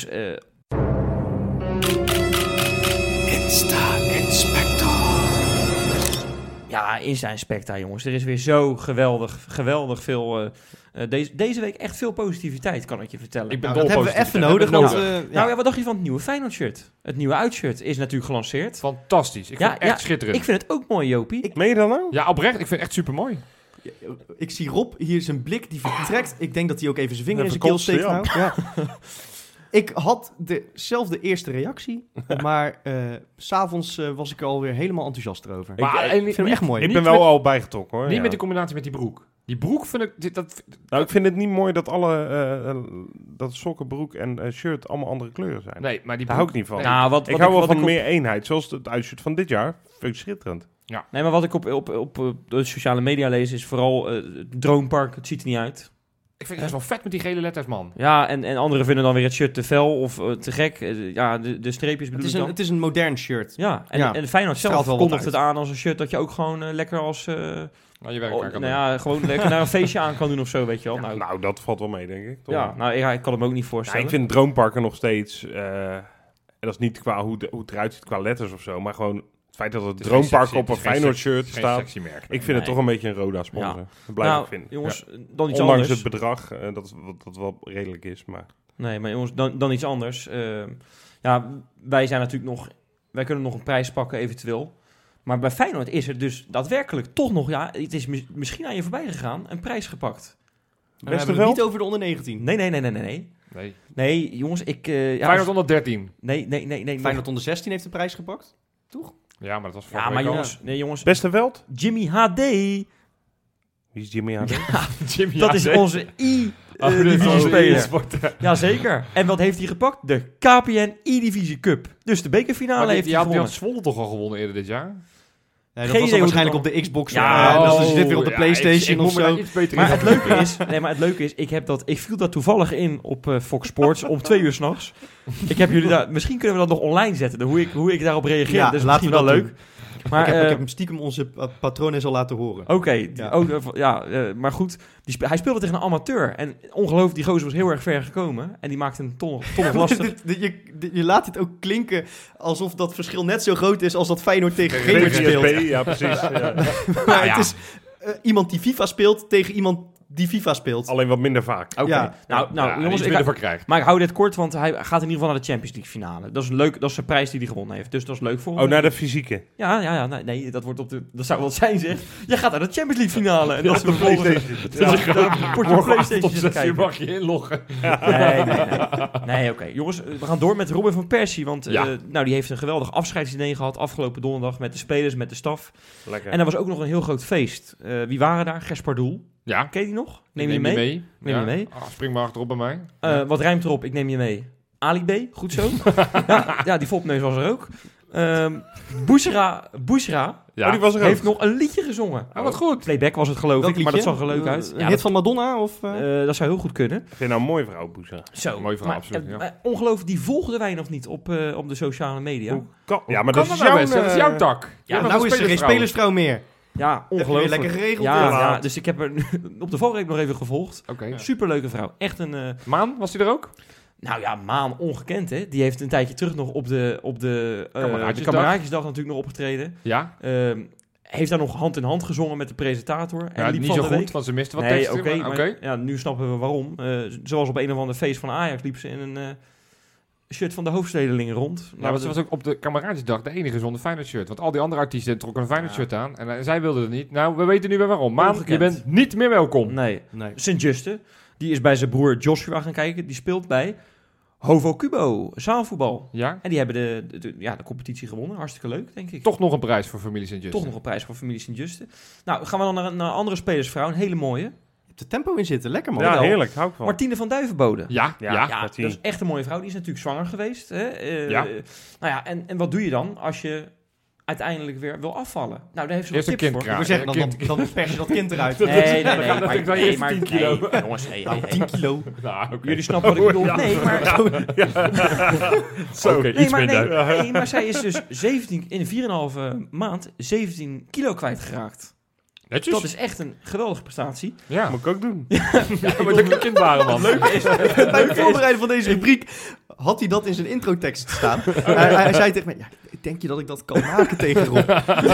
Insta-inspector. Ja, Insta-inspector, jongens. Er is weer zo geweldig veel... Deze week echt veel positiviteit, kan ik je vertellen. Dat hebben we even nodig. Wat dacht je van het nieuwe Feyenoord-shirt? Het nieuwe uitshirt is natuurlijk gelanceerd. Fantastisch. Ik vind het echt schitterend. Ik vind het ook mooi, Jopie. Meen je dat nou? Ja, oprecht. Ik vind het echt super mooi. Ik zie Rob, hier zijn blik, die vertrekt. Ik denk dat hij ook even zijn vinger in zijn keel steekt. Ja. Ik had dezelfde eerste reactie, maar 's avonds was ik er alweer helemaal enthousiast over. Ik vind hem echt mooi. Ik ben wel al bijgetrokken, hoor. Niet met de combinatie met die broek. Die broek vind ik... ik vind het niet mooi dat dat sokken, broek en shirt allemaal andere kleuren zijn. Nee, maar die broek... Daar hou ik niet van. Nou, ik hou wel van meer eenheid, zoals het uitshirt van dit jaar. Vind ik schitterend. Ja. Nee, maar wat ik op de sociale media lees is vooral het Droompark. Het ziet er niet uit. Ik vind het best wel vet met die gele letters, man. Ja, en anderen vinden dan weer het shirt te fel of te gek. De streepjes bedoel ik dan. Het is een modern shirt. Ja, en Feyenoord zelf kondigt het aan als een shirt dat je ook gewoon lekker als... je werk kan doen. Gewoon lekker naar een feestje aan kan doen of zo, weet je wel. Ja, nou, dat valt wel mee, denk ik. Toch? Ja, ik kan hem ook niet voorstellen. Ik vind Droomparken nog steeds... en dat is niet qua hoe het eruit ziet qua letters of zo, maar gewoon het feit dat het Droompark op een Feyenoord shirt staat. Ik vind het toch een beetje een Roda sponsor. Dat blijf ik vinden. Jongens, dan iets ondanks anders. Het bedrag, dat wel redelijk is, maar... Nee, maar jongens, dan iets anders. Wij zijn natuurlijk nog... Wij kunnen nog een prijs pakken, eventueel. Maar bij Feyenoord is er dus daadwerkelijk toch nog... Ja, het is misschien aan je voorbij gegaan, een prijs gepakt. We hebben het niet over de onder 19. Nee, jongens, Feyenoord onder 13. Nee. Feyenoord onder 16 heeft de prijs gepakt, toch? Ja, maar dat was vorige week jongens, nee, jongens. Beste veld? Jimmy HD. Wie is Jimmy HD? Ja, dat is onze E-divisie-speler. Jazeker. En wat heeft hij gepakt? De KPN E-divisie Cup. Dus de bekerfinale heeft hij gewonnen. Die had Zwolle toch al gewonnen eerder dit jaar? Nee, dat was dan waarschijnlijk op de Xbox. Dus dit weer op de PlayStation of zo. Maar het leuke is, ik viel daar toevallig in op Fox Sports om 2 uur 's nachts. Ik heb jullie daar, misschien kunnen we dat nog online zetten, hoe ik daarop reageer. Ja, dat is misschien wel leuk. Maar, ik heb hem stiekem onze patroon al laten horen. Oké, maar goed. Hij speelde tegen een amateur. En ongelooflijk, die gozer was heel erg ver gekomen. En die maakte hem toch nog lastig. Je laat het ook klinken alsof dat verschil net zo groot is als dat Feyenoord tegen Genk speelt. Ja, precies. Ja. Maar het is iemand die FIFA speelt tegen iemand die FIFA speelt. Alleen wat minder vaak. Oké. Ja. Nou, jongens, maar ik hou dit kort, want hij gaat in ieder geval naar de Champions League finale. Dat is leuk, dat is een prijs die hij gewonnen heeft. Dus dat is leuk voor hem. Oh, naar de fysieke? Ja. Nee, dat zou wel zijn, zeg. Jij gaat naar de Champions League finale. En dat is de volgende. PlayStation mag je inloggen. Nee, oké. Jongens, we gaan door met Robin van Persie. Want die heeft een geweldig afscheidsdiner gehad afgelopen donderdag met de spelers, met de staf. Lekker. En er was ook nog een heel groot feest. Wie waren daar? Gerspardoel. Ja. Ken je die nog? Neem je mee? Neem je mee. Spring maar achterop bij mij. Wat ruimt erop? Ik neem je mee. Ali B, goed zo. ja, die fopneus was er ook. Bushra die was er heeft nog een liedje gezongen. Wat goed. Playback was het, geloof ik, maar dat zag er leuk uit. Een hit van Madonna? Of, dat zou heel goed kunnen. Vind je nou een mooie vrouw, Bushra? Zo. Mooie vrouw, absoluut. Ongelooflijk, die volgden wij nog niet op de sociale media. Maar dat is jouw tak. Ja, nou is er geen spelersvrouw meer. Ja, ongelooflijk. Heb je lekker geregeld. Ja, dus ik heb er op de valreep nog even gevolgd. Superleuke vrouw. Echt een... Maan, was die er ook? Nou ja, Maan, ongekend, hè. Die heeft een tijdje terug nog op de Kameraadjesdag natuurlijk nog opgetreden. Ja. Heeft daar nog hand in hand gezongen met de presentator. En liep niet zo goed, want ze miste wat teksten. Maar nu snappen we waarom. Zoals op een of ander feest van Ajax liep ze in een... shirt van de hoofdstedelingen rond. Nou, ze was ook op de Kameraadjesdag de enige zonder Feyenoord shirt. Want al die andere artiesten trokken een Feyenoord shirt aan. En zij wilden het niet. Nou, we weten nu weer waarom. Maan, je bent niet meer welkom. Nee. Sint-Juste, die is bij zijn broer Joshua gaan kijken. Die speelt bij Hovo Cubo, zaalvoetbal. Ja. En die hebben de competitie gewonnen. Hartstikke leuk, denk ik. Toch nog een prijs voor familie Sint-Juste. Nou, gaan we dan naar een andere spelersvrouw. Een hele mooie. De tempo in zitten, lekker man. Ja, heerlijk, hou ik van. Martine van Duivenbode. Ja, dat is echt een mooie vrouw. Die is natuurlijk zwanger geweest. Hè? En wat doe je dan als je uiteindelijk weer wil afvallen? Nou, daar heeft ze wat tips voor. Ik wil zeggen, dan pers je dat kind eruit. Nee, maar 10 kilo. Jongens, 10 kilo. Jullie snappen wat ik bedoel. Nee, maar... Nee, maar zij is dus 17 in 4,5 maand 17 kilo kwijtgeraakt. Netjes. Dat is echt een geweldige prestatie. Ja, moet ik ook doen. Maar dat een kind waren, man. Leuk is, bij het voorbereiden van deze rubriek had hij dat in zijn introtekst staan. Hij zei tegen mij, denk je dat ik dat kan maken tegen Rob?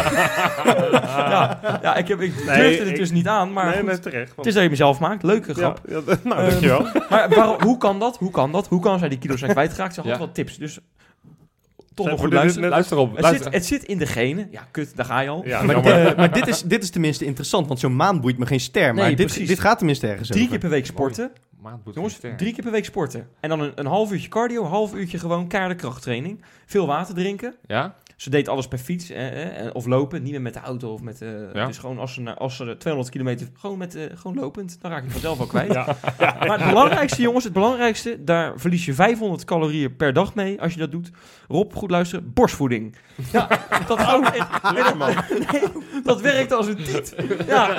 Ik durfde het dus niet aan, maar nee, terecht. Het is dat je mezelf maakt. Leuke grap. Dankjewel. Maar hoe kan dat? Hoe kan zij die kilo's zijn kwijtgeraakt? Ze had wat tips, dus... Toch nog goed luisteren. Luister op. Het zit in de genen. Ja, kut, daar ga je al. Ja, maar dit is tenminste interessant, want zo'n maan boeit me geen ster. Maar dit gaat tenminste ergens 3 keer per week sporten. Jongens, 3 keer per week sporten. En dan een half uurtje cardio, een half uurtje gewoon keiharde krachttraining. Veel water drinken. Ja. Ze deed alles per fiets of lopen, niet meer met de auto of met... Dus gewoon als ze 200 kilometer... Gewoon lopend, dan raak je vanzelf wel kwijt. Maar het belangrijkste, jongens, daar verlies je 500 calorieën per dag mee als je dat doet. Rob, goed luisteren, borstvoeding. Ja, dat ook echt... Nee, dat werkt als een tiet. Ja,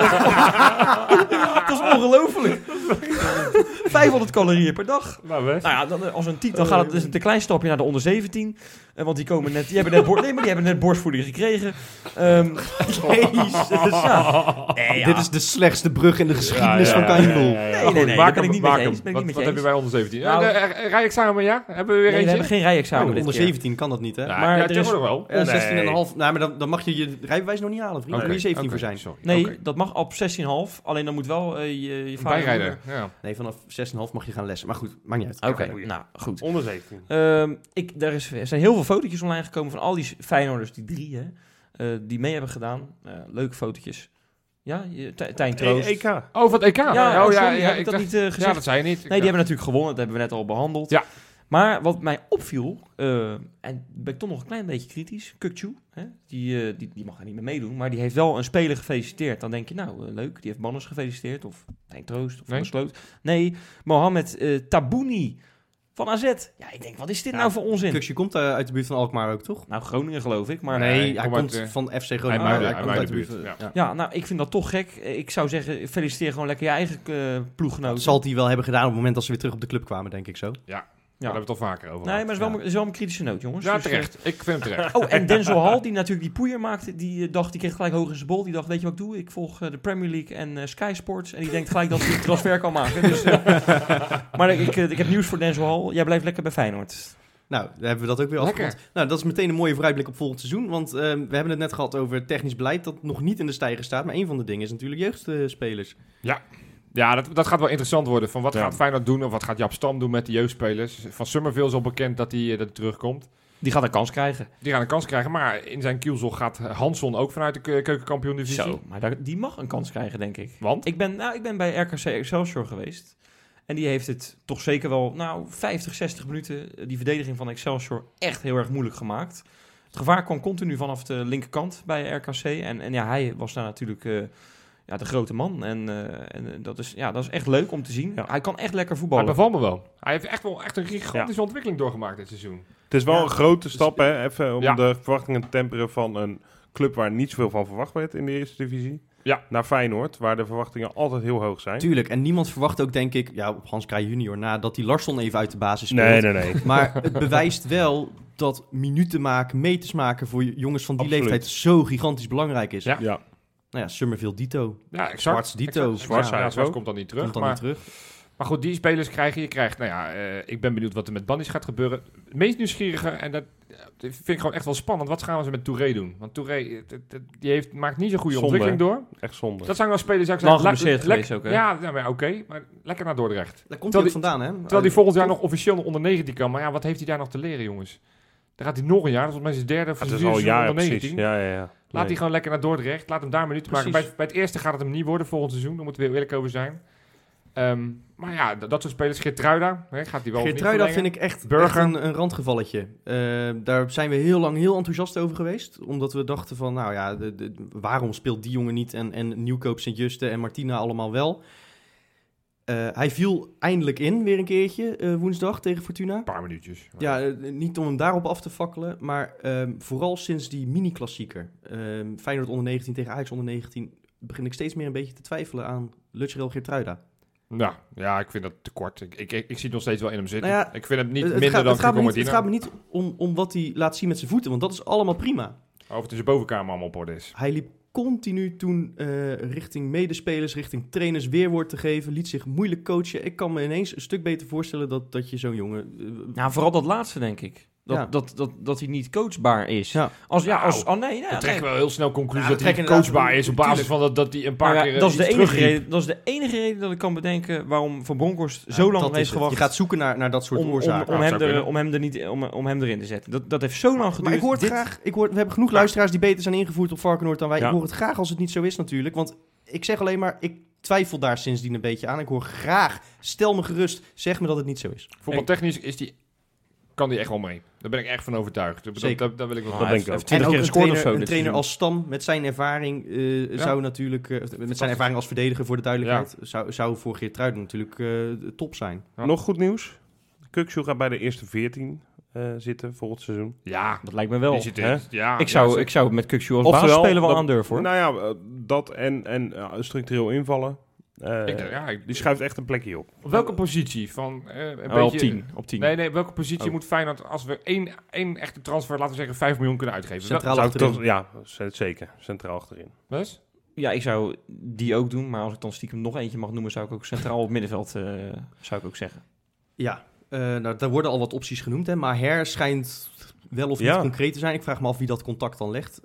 dat is ongelooflijk. 500 calorieën per dag. Nou ja, als een tiet, dan gaat het dus een klein stapje naar de onder 17. Want die hebben net borstvoeding gekregen. Jezus. Dit is de slechtste brug in de geschiedenis van Kanjeloel. Nee, daar ben ik niet mee eens. Wat heb je bij onder 17? Rijexamen, ja? Hebben we weer eentje? We hebben geen rijexamen. Onder 17 kan dat niet, hè? Maar er is wel. 16,5. Nou, maar dan mag je rijbewijs nog niet halen, vriend. Daar moet je 17 voor zijn. Nee, dat mag op 16,5. Alleen dan moet wel je vader... Bijrijden, Nee, vanaf 16,5 mag je gaan lessen. Maar goed, maakt niet uit. Oké, nou goed. Onder 17. Er zijn heel veel fotootjes online gekomen van al die Feyenoorders, die 3, die mee hebben gedaan. Leuke fotootjes. Ja, Tijn Troost. EK. Oh, van het EK? Heb ik dat niet gezegd? Ja, dat zei je niet. Nee, die hebben natuurlijk gewonnen. Dat hebben we net al behandeld. Ja. Maar wat mij opviel, en ben ik toch nog een klein beetje kritisch, Kukçu, die mag er niet meer meedoen, maar die heeft wel een speler gefeliciteerd. Dan denk je, nou, leuk, die heeft Banners gefeliciteerd, of Tijn Troost, of Van der Sloot. Nee, Mohamed Tabouni van AZ. Ja, ik denk, wat is dit nou voor onzin? Kukçu komt uit de buurt van Alkmaar ook, toch? Nou, Groningen geloof ik, maar... Nee, hij komt van FC Groningen. Hij komt uit de buurt. Ja, nou, ik vind dat toch gek. Ik zou zeggen, feliciteer gewoon lekker je eigen ploeggenoten. Dat zal hij wel hebben gedaan op het moment dat ze weer terug op de club kwamen, denk ik zo. Ja. Daar hebben we het al vaker over. Nee, maar het is wel een kritische noot, jongens. Ja, dus, terecht. Ik vind hem terecht. Oh, en Denzel Hall, die natuurlijk die poeier maakte, die kreeg gelijk hoog in zijn bol. Die dacht, weet je wat ik doe? Ik volg de Premier League en Sky Sports. En die denkt gelijk dat hij een transfer kan maken. Dus, maar ik heb nieuws voor Denzel Hall. Jij blijft lekker bij Feyenoord. Nou, daar hebben we dat ook weer afgerond. Nou, dat is meteen een mooie vooruitblik op volgend seizoen. Want we hebben het net gehad over technisch beleid dat nog niet in de stijger staat. Maar een van de dingen is natuurlijk jeugdspelers. Ja, dat gaat wel interessant worden. Van wat gaat Feyenoord doen of wat gaat Jaap Stam doen met de jeugdspelers? Van Summerville is al bekend dat hij terugkomt. Die gaat een kans krijgen. Maar in zijn kielzog gaat Hansson ook vanuit de keukenkampioen-divisie. Zo, maar die mag een kans krijgen, denk ik. Want? Ik ben bij RKC Excelsior geweest. En die heeft het toch zeker wel 50, 60 minuten die verdediging van Excelsior echt heel erg moeilijk gemaakt. Het gevaar kwam continu vanaf de linkerkant bij RKC. En ja, hij was daar natuurlijk... de grote man. En dat is echt leuk om te zien. Ja. Hij kan echt lekker voetballen. Hij bevalt me wel. Hij heeft echt een gigantische ontwikkeling doorgemaakt dit seizoen. Het is wel een grote stap, hè? Even om de verwachtingen te temperen van een club waar niet zoveel van verwacht werd in de eerste divisie. Ja. Naar Feyenoord, waar de verwachtingen altijd heel hoog zijn. Tuurlijk, en niemand verwacht ook, denk ik, op Hans Kraaij junior na, dat die Larsson even uit de basis speelt. Nee. Maar het bewijst wel dat minuten maken, meters maken voor jongens van die leeftijd zo gigantisch belangrijk is. Ja. Nou ja, Summerville dito. Ja, exact. Zwarts dito. Zwarts komt dan niet terug. Maar goed, die spelers je krijgt, ik ben benieuwd wat er met Bannies gaat gebeuren. Het meest nieuwsgierige, en dat vind ik gewoon echt wel spannend, wat gaan we met Touré doen? Want Touré, die maakt niet zo'n goede ontwikkeling door. Echt zonde. Dat zijn wel spelers, zou ik zeggen. Lang geblesseerd geweest ook, hè? Ja, maar oké, maar lekker naar Dordrecht. Daar komt hij ook vandaan, hè? Terwijl hij volgend jaar nog officieel onder 19 kan. Maar ja, wat heeft hij daar nog te leren, jongens? Dan gaat hij nog een jaar, dat is volgens mij zijn derde of zijn vierde seizoen onder 19. Ja. Laat hij gewoon lekker naar Dordrecht. Laat hem daar minuten maken. Bij het eerste gaat het hem niet worden volgend seizoen. Daar moeten we eerlijk over zijn. Maar ja, dat soort spelers. Geertruida, gaat hij wel Geertruida vind ik echt een randgevalletje. Daar zijn we heel lang heel enthousiast over geweest. Omdat we dachten van, waarom speelt die jongen niet en Nieuwkoop, Sint-Juste en Martina allemaal wel? Hij viel eindelijk in, weer een keertje, woensdag tegen Fortuna. Een paar minuutjes. Ja, niet om hem daarop af te fakkelen, maar vooral sinds die mini-klassieker. Feyenoord onder 19 tegen Ajax onder 19 begin ik steeds meer een beetje te twijfelen aan Lutgerel Geertruida. Ja, ik vind dat te kort. Ik zie het nog steeds wel in hem zitten. Nou ja, ik vind hem niet minder dan Martina. Het gaat me niet om wat hij laat zien met zijn voeten, want dat is allemaal prima. Of het in zijn bovenkamer allemaal op orde is. Hij liep continu toen richting medespelers, richting trainers weerwoord te geven. Liet zich moeilijk coachen. Ik kan me ineens een stuk beter voorstellen dat je zo'n jongen... vooral dat laatste, denk ik. Dat hij niet coachbaar is. Ja. We trekken wel heel snel conclusie dat hij niet coachbaar is op basis van dat hij een paar keer dat is de enige reden dat ik kan bedenken waarom Van Bronckhorst zo lang heeft gewacht. Je gaat zoeken naar dat soort oorzaken. Om hem erin te zetten. Dat heeft zo lang geduurd. Maar ik hoor het graag. We hebben genoeg luisteraars die beter zijn ingevoerd op Varkenoord dan wij. Ja. Ik hoor het graag als het niet zo is natuurlijk. Want ik zeg alleen maar, ik twijfel daar sindsdien een beetje aan. Ik hoor graag, stel me gerust, zeg me dat het niet zo is. Voetbaltechnisch is die kan die echt wel mee. Daar ben ik echt van overtuigd. Zeker. Dat wil ik wel. Dat denk ik ook. En ook een een trainer als Stam met zijn ervaring zou natuurlijk... met zijn ervaring als verdediger voor de duidelijkheid... Zou voor Geertruiden natuurlijk top zijn. Ja. Nog goed nieuws. Kukçu gaat bij de eerste 14 zitten volgend seizoen. Ja, Dat lijkt me wel. Ik zou met Kukçu als basisspeler wel aandurven, hoor. Nou ja, dat en structureel invallen. Die schuift echt een plekje op. Op welke positie? Op 10. Nee, welke positie moet Feyenoord, als we één echte transfer, laten we zeggen, 5 miljoen kunnen uitgeven? Centraal achterin. Zeker. Centraal achterin. Wat? Ja, ik zou die ook doen. Maar als ik dan stiekem nog eentje mag noemen, zou ik ook centraal op middenveld zou ik ook zeggen. Ja, daar worden al wat opties genoemd. Hè? Maar Her schijnt wel of niet concreet te zijn. Ik vraag me af wie dat contact dan legt.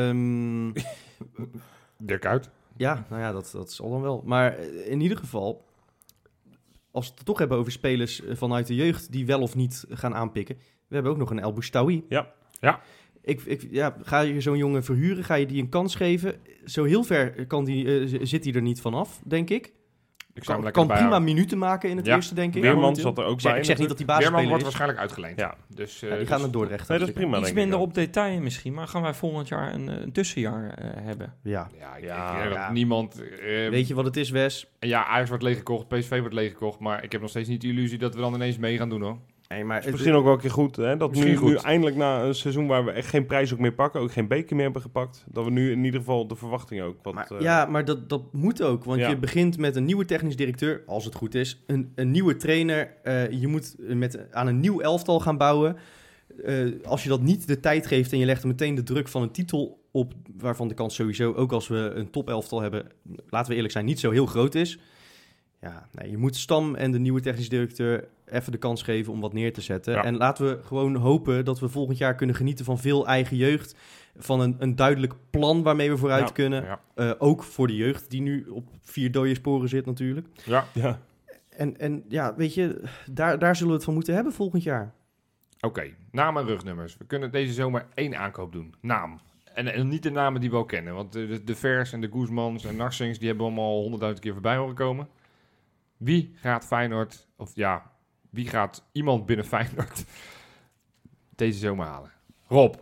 Dirk Kuyt. Ja, nou ja, dat zal dan wel. Maar in ieder geval, als we het toch hebben over spelers vanuit de jeugd die wel of niet gaan aanpikken. We hebben ook nog een El Boustaoui. Ja. Ga je zo'n jongen verhuren? Ga je die een kans geven? Zo heel ver zit hij er niet vanaf, denk ik. Kan prima minuten maken in het eerste, denk ik. Weerman zat er ook bij. Ik zeg niet dat die basisspeler Weerman wordt is. waarschijnlijk uitgeleend. Ja. Dus, die gaan naar Dordrecht. Nee, dat is prima. Iets minder op detail misschien, maar gaan wij volgend jaar een tussenjaar hebben? Ja. Niemand... Weet je wat het is, Wes? Ja, Ajax wordt leeggekocht, PSV wordt leeggekocht, maar ik heb nog steeds niet de illusie dat we dan ineens mee gaan doen, hoor. Nee, maar het is misschien ook wel een keer goed, hè? Dat nu eindelijk na een seizoen waar we echt geen prijs ook meer pakken, ook geen beker meer hebben gepakt, dat we nu in ieder geval de verwachting ook wat... Maar dat moet ook, want je begint met een nieuwe technisch directeur, als het goed is, een nieuwe trainer. Je moet aan een nieuw elftal gaan bouwen. Als je dat niet de tijd geeft en je legt er meteen de druk van een titel op, waarvan de kans sowieso, ook als we een topelftal hebben, laten we eerlijk zijn, niet zo heel groot is. Ja, nee, je moet Stam en de nieuwe technisch directeur even de kans geven om wat neer te zetten. Ja. En laten we gewoon hopen dat we volgend jaar kunnen genieten van veel eigen jeugd. Van een duidelijk plan waarmee we vooruit kunnen. Ja. Ook voor de jeugd die nu op 4 dode sporen zit natuurlijk. Ja. En weet je, daar zullen we het van moeten hebben volgend jaar. Oké, naam en rugnummers. We kunnen deze zomer 1 aankoop doen. Naam. En niet de namen die we al kennen. Want de Vers en de Guzmans en Narsings, die hebben allemaal 100.000 keer voorbij horen komen. Wie gaat Feyenoord, wie gaat iemand binnen Feyenoord deze zomer halen? Rob.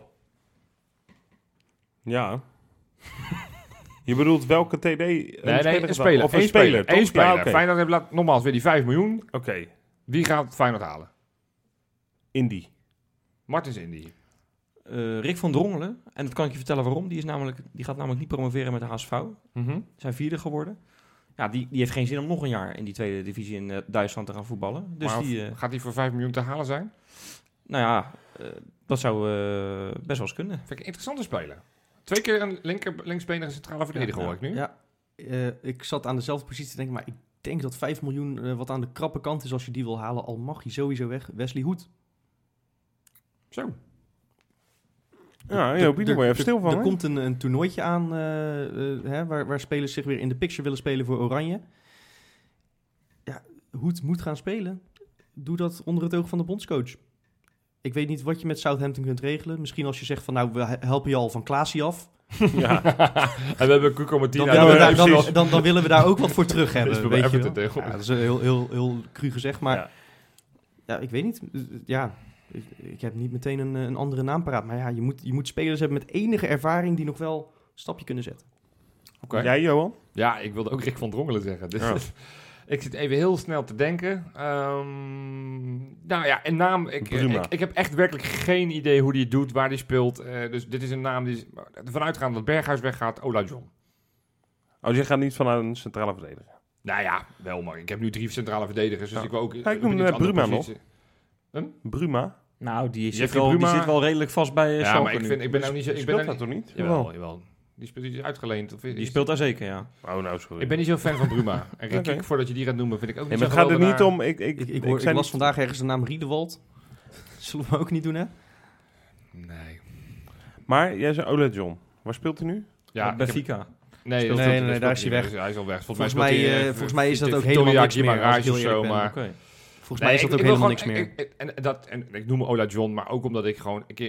Ja. Je bedoelt welke TD? Een speler. Of een speler, toch? Eén speler. Ja, okay. Feyenoord heeft nogmaals weer die 5 miljoen. Oké. Wie gaat Feyenoord halen? Indy. Martins Indy. Rick van Drongelen. En dat kan ik je vertellen waarom. Die gaat namelijk niet promoveren met de HSV. Zijn 4e geworden. Ja, die heeft geen zin om nog een jaar in die tweede divisie in Duitsland te gaan voetballen. Dus gaat hij voor 5 miljoen te halen zijn? Nou ja, dat zou best wel eens kunnen. Vind ik een interessante speler. 2 keer een linksbenige en centrale verdediger hoor ik nu. Ja, ik zat aan dezelfde positie te denken, maar ik denk dat 5 miljoen wat aan de krappe kant is als je die wil halen. Al mag hij sowieso weg. Wesley Hoed. Zo. Ja, je word je even stil van. Er komt een toernooitje aan waar spelers zich weer in de picture willen spelen voor Oranje. Ja, Hoed moet gaan spelen. Doe dat onder het oog van de bondscoach. Ik weet niet wat je met Southampton kunt regelen. Misschien als je zegt van nou, we helpen je al van Klaasie af. Ja. En we hebben Cuco Martina. Dan willen we daar ook wat voor terug hebben. Weet je wel? Ja, dat is heel cru gezegd, maar ja, ik weet niet. Ja, ik heb niet meteen een andere naam paraat. Maar ja, je moet spelers hebben met enige ervaring die nog wel een stapje kunnen zetten. Okay. Jij, Johan? Ja, ik wilde ook Rick van Drongelen zeggen. Dus ik zit even heel snel te denken. Nou ja, een naam. Ik heb echt werkelijk geen idee hoe die het doet, waar die speelt. Dus dit is een naam die ervan uitgaande dat Berghuis weggaat. Ola John. Oh, je gaat niet vanuit een centrale verdediger? Nou ja, wel, maar ik heb nu 3 centrale verdedigers. Dus ik wil ook... Ik noem Bruma nog. Bruma? Nou, die zit wel redelijk vast bij Schalke. Ja, maar ik ben nou niet zo... Speelt dat toch niet? Jawel. Die is uitgeleend. Die speelt daar zeker, ja. Oh, nou, sorry. Ik ben niet zo fan van Bruma. En Rick, voordat je die gaat noemen, vind ik ook niet zo... Maar het gaat er niet om... Ik las vandaag ergens de naam Riedewald. Zullen we ook niet doen, hè? Nee. Maar jij zei Ola John. Waar speelt hij nu? Ja, Benfica. Nee, daar is hij weg. Hij is al weg. Volgens mij is dat ook helemaal niks meer. Of zo, maar... Volgens mij is dat ook helemaal niks meer. En ik noem Ola John, maar ook omdat ik gewoon een keer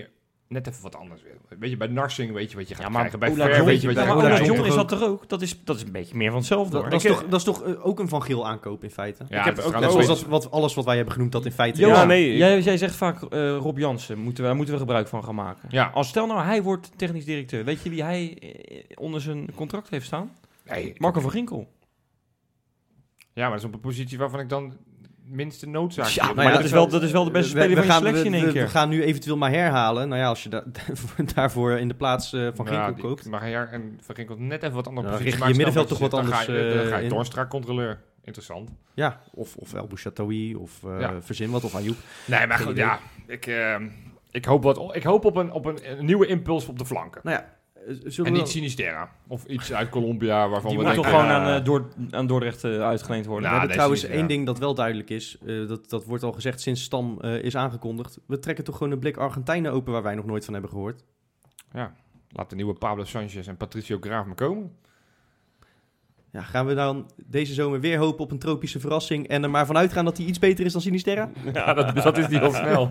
net even wat anders weer. Weet je, bij Narsing weet je wat je gaat maar krijgen. Bij Ola Ver John, weet je wat je maar gaat Ola krijgen. John is dat toch ook? Dat is een beetje meer van hetzelfde, hoor. Dat is toch ook een Van Geel aankoop in feite? Ja, Ik heb dat ook is Net trouwens zoals alles wat wij hebben genoemd, dat in feite... Johan, Ja, nee, jij zegt vaak Rob Jansen, moeten we gebruik van gaan maken. Ja. Stel nou, hij wordt technisch directeur. Weet je wie hij onder zijn contract heeft staan? Nee, Marco van Ginkel. Ja, maar dat is op een positie waarvan ik dan minste noodzaak Ja, heb. maar dat is wel de beste speler van je selectie in één keer. We gaan nu eventueel maar herhalen. Nou ja, als je daarvoor in de plaats van Ginkel koopt. Maar en Van Ginkel net even wat andere Nou, positie. richt je middenveld toch wat anders Dan ga je in. Toornstra controleur. Interessant. Ja, of El Bouchatoui, of verzin wat, of Ayoub. Nee, maar goed, ja. Ik hoop op een nieuwe impuls op de flanken. Nou ja, En niet Sinisterra. Of iets uit Colombia waarvan Die we moet denken... toch gewoon aan Dordrecht uitgeleend worden. We Ja, hebben trouwens Sinisterra. één ding dat wel duidelijk is. Dat wordt al gezegd sinds Stam is aangekondigd. We trekken toch gewoon een blik Argentijnen open waar wij nog nooit van hebben gehoord. Ja, laat de nieuwe Pablo Sanchez en Patricio Graaf maar komen. Ja, gaan we dan deze zomer weer hopen op een tropische verrassing en er maar vanuit gaan dat hij iets beter is dan Sinisterra? Ja, dat is niet heel snel.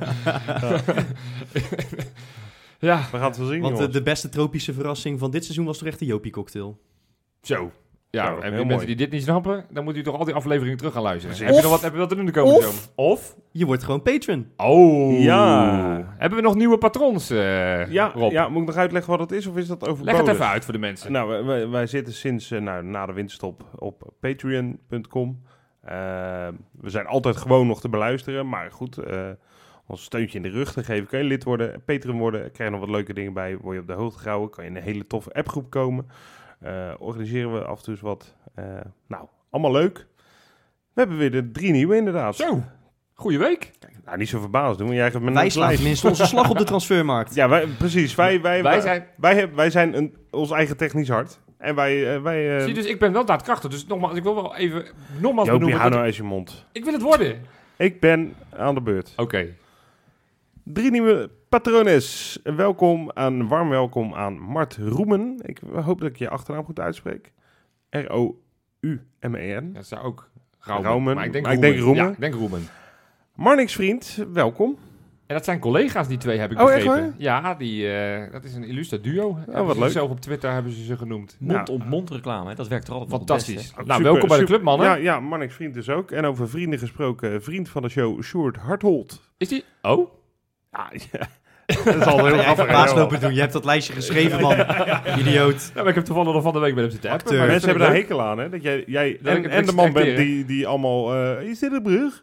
Ja, we gaan het wel zien, Want jongens. de beste tropische verrassing van dit seizoen was toch echt de Jopie-cocktail? zo. Ja, Zo, en heel mensen mooi. die dit niet snappen, dan moet u toch al die afleveringen terug gaan luisteren. Precies. Heb je wat te doen de komende zomer? Of je wordt gewoon patron. Oh. Ja. Hebben we nog nieuwe patrons, Rob? Ja, moet ik nog uitleggen wat het is of is dat overbodig? Leg het even uit voor de mensen. Nou, wij zitten sinds na de winterstop op patreon.com. We zijn altijd gewoon nog te beluisteren, maar goed, ons steuntje in de rug te geven. Kan je lid worden, Patreon worden, krijg je nog wat leuke dingen bij, word je op de hoogte gehouden, kan je in een hele toffe appgroep komen. Organiseren we af en toe eens wat. Nou, allemaal leuk. We hebben weer de 3 nieuwe inderdaad. Zo, goeie week. Nou, niet zo verbaasd doen, jij geeft me Wij een slaan lijst. tenminste onze slag op de transfermarkt. Ja, precies. Wij Wij zijn... zijn ons eigen technisch hart. En wij Zie, dus ik ben wel daadkrachtig. Dus nogmaals, ik wil wel even nogmaals Jopie, benoemen... hou nou eens je mond. Ik wil het worden. Ik ben aan de beurt. Oké. 3 nieuwe patrones. Warm welkom aan Mart Roemen. Ik hoop dat ik je achternaam goed uitspreek. R-O-U-M-E-N. Dat zou ook Raumen. Maar ik denk Maar ik Roemen. denk Roemen. Ja, ik denk Roemen. Marnix Vriend, welkom. En dat zijn collega's, die twee, heb ik Oh, echt begrepen. waar? Ja, dat is een illustre duo. wat leuk. Zelf op Twitter hebben ze genoemd. Mond-op-mond reclame, hè? Dat werkt er altijd wel Fantastisch. het beste. Nou, Super, welkom bij de super. club, mannen. Ja, Marnix Vriend dus ook. En over vrienden gesproken, vriend van de show, Sjoerd Harthold. Is die... Oh? Ja. Dat is al heel Jij grappig. kan paaslopen doen. Je hebt dat lijstje geschreven, man. Idioot. Ja, maar ik heb toevallig nog van de week met hem zitten appen. Acteur. maar dat Mensen vind hebben ik daar leuk. hekel aan, hè? Dat jij Dat ik het en de man bent extracteren. die allemaal... is dit een brug?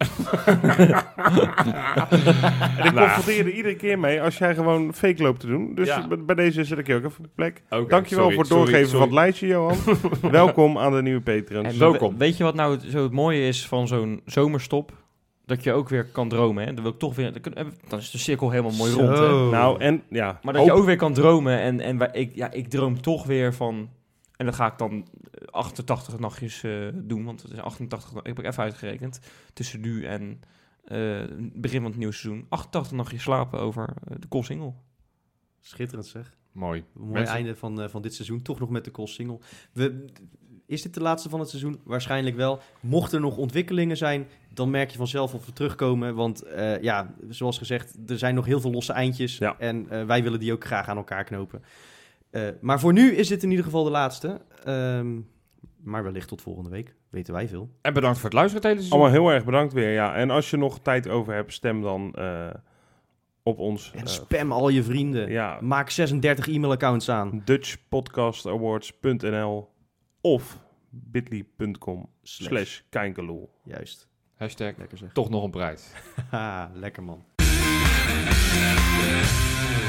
En ik confronteer er iedere keer mee als jij gewoon fake loopt te doen. Dus Ja. bij deze zet ik je ook even op de plek. Oké, Dankjewel sorry, voor het doorgeven sorry. van het lijstje, Johan. Welkom aan de nieuwe patrons. En Welkom. Weet je wat nou zo het mooie is van zo'n zomerstop? Dat je ook weer kan dromen, hè? Dan wil ik toch weer... Dan is de cirkel helemaal mooi Zo. rond, hè? Nou, en ja... Maar dat je ook weer kan dromen en ik droom toch weer van... En dat ga ik dan 88 nachtjes doen, want het is 88... Ik heb ik even uitgerekend. Tussen nu en begin van het nieuwe seizoen. 88 nachtjes slapen over de Koolsingel. Schitterend, zeg. Mooi. Een mooi Mensen- einde van dit seizoen. Toch nog met de Koolsingel. Is dit de laatste van het seizoen? Waarschijnlijk wel. Mocht er nog ontwikkelingen zijn, dan merk je vanzelf of we terugkomen. Want zoals gezegd, er zijn nog heel veel losse eindjes. Ja. En wij willen die ook graag aan elkaar knopen. Maar voor nu is dit in ieder geval de laatste. Maar wellicht tot volgende week. Weten wij veel. En bedankt voor het luisteren het hele seizoen. Allemaal heel erg bedankt weer. Ja. En als je nog tijd over hebt, stem dan op ons. En spam al je vrienden. Ja, Maak 36 e-mailaccounts aan. dutchpodcastawards.nl of bit.ly.com/kijkeloel. Juist. Hashtag Lekker zeg. toch nog een prijs. Haha, lekker man.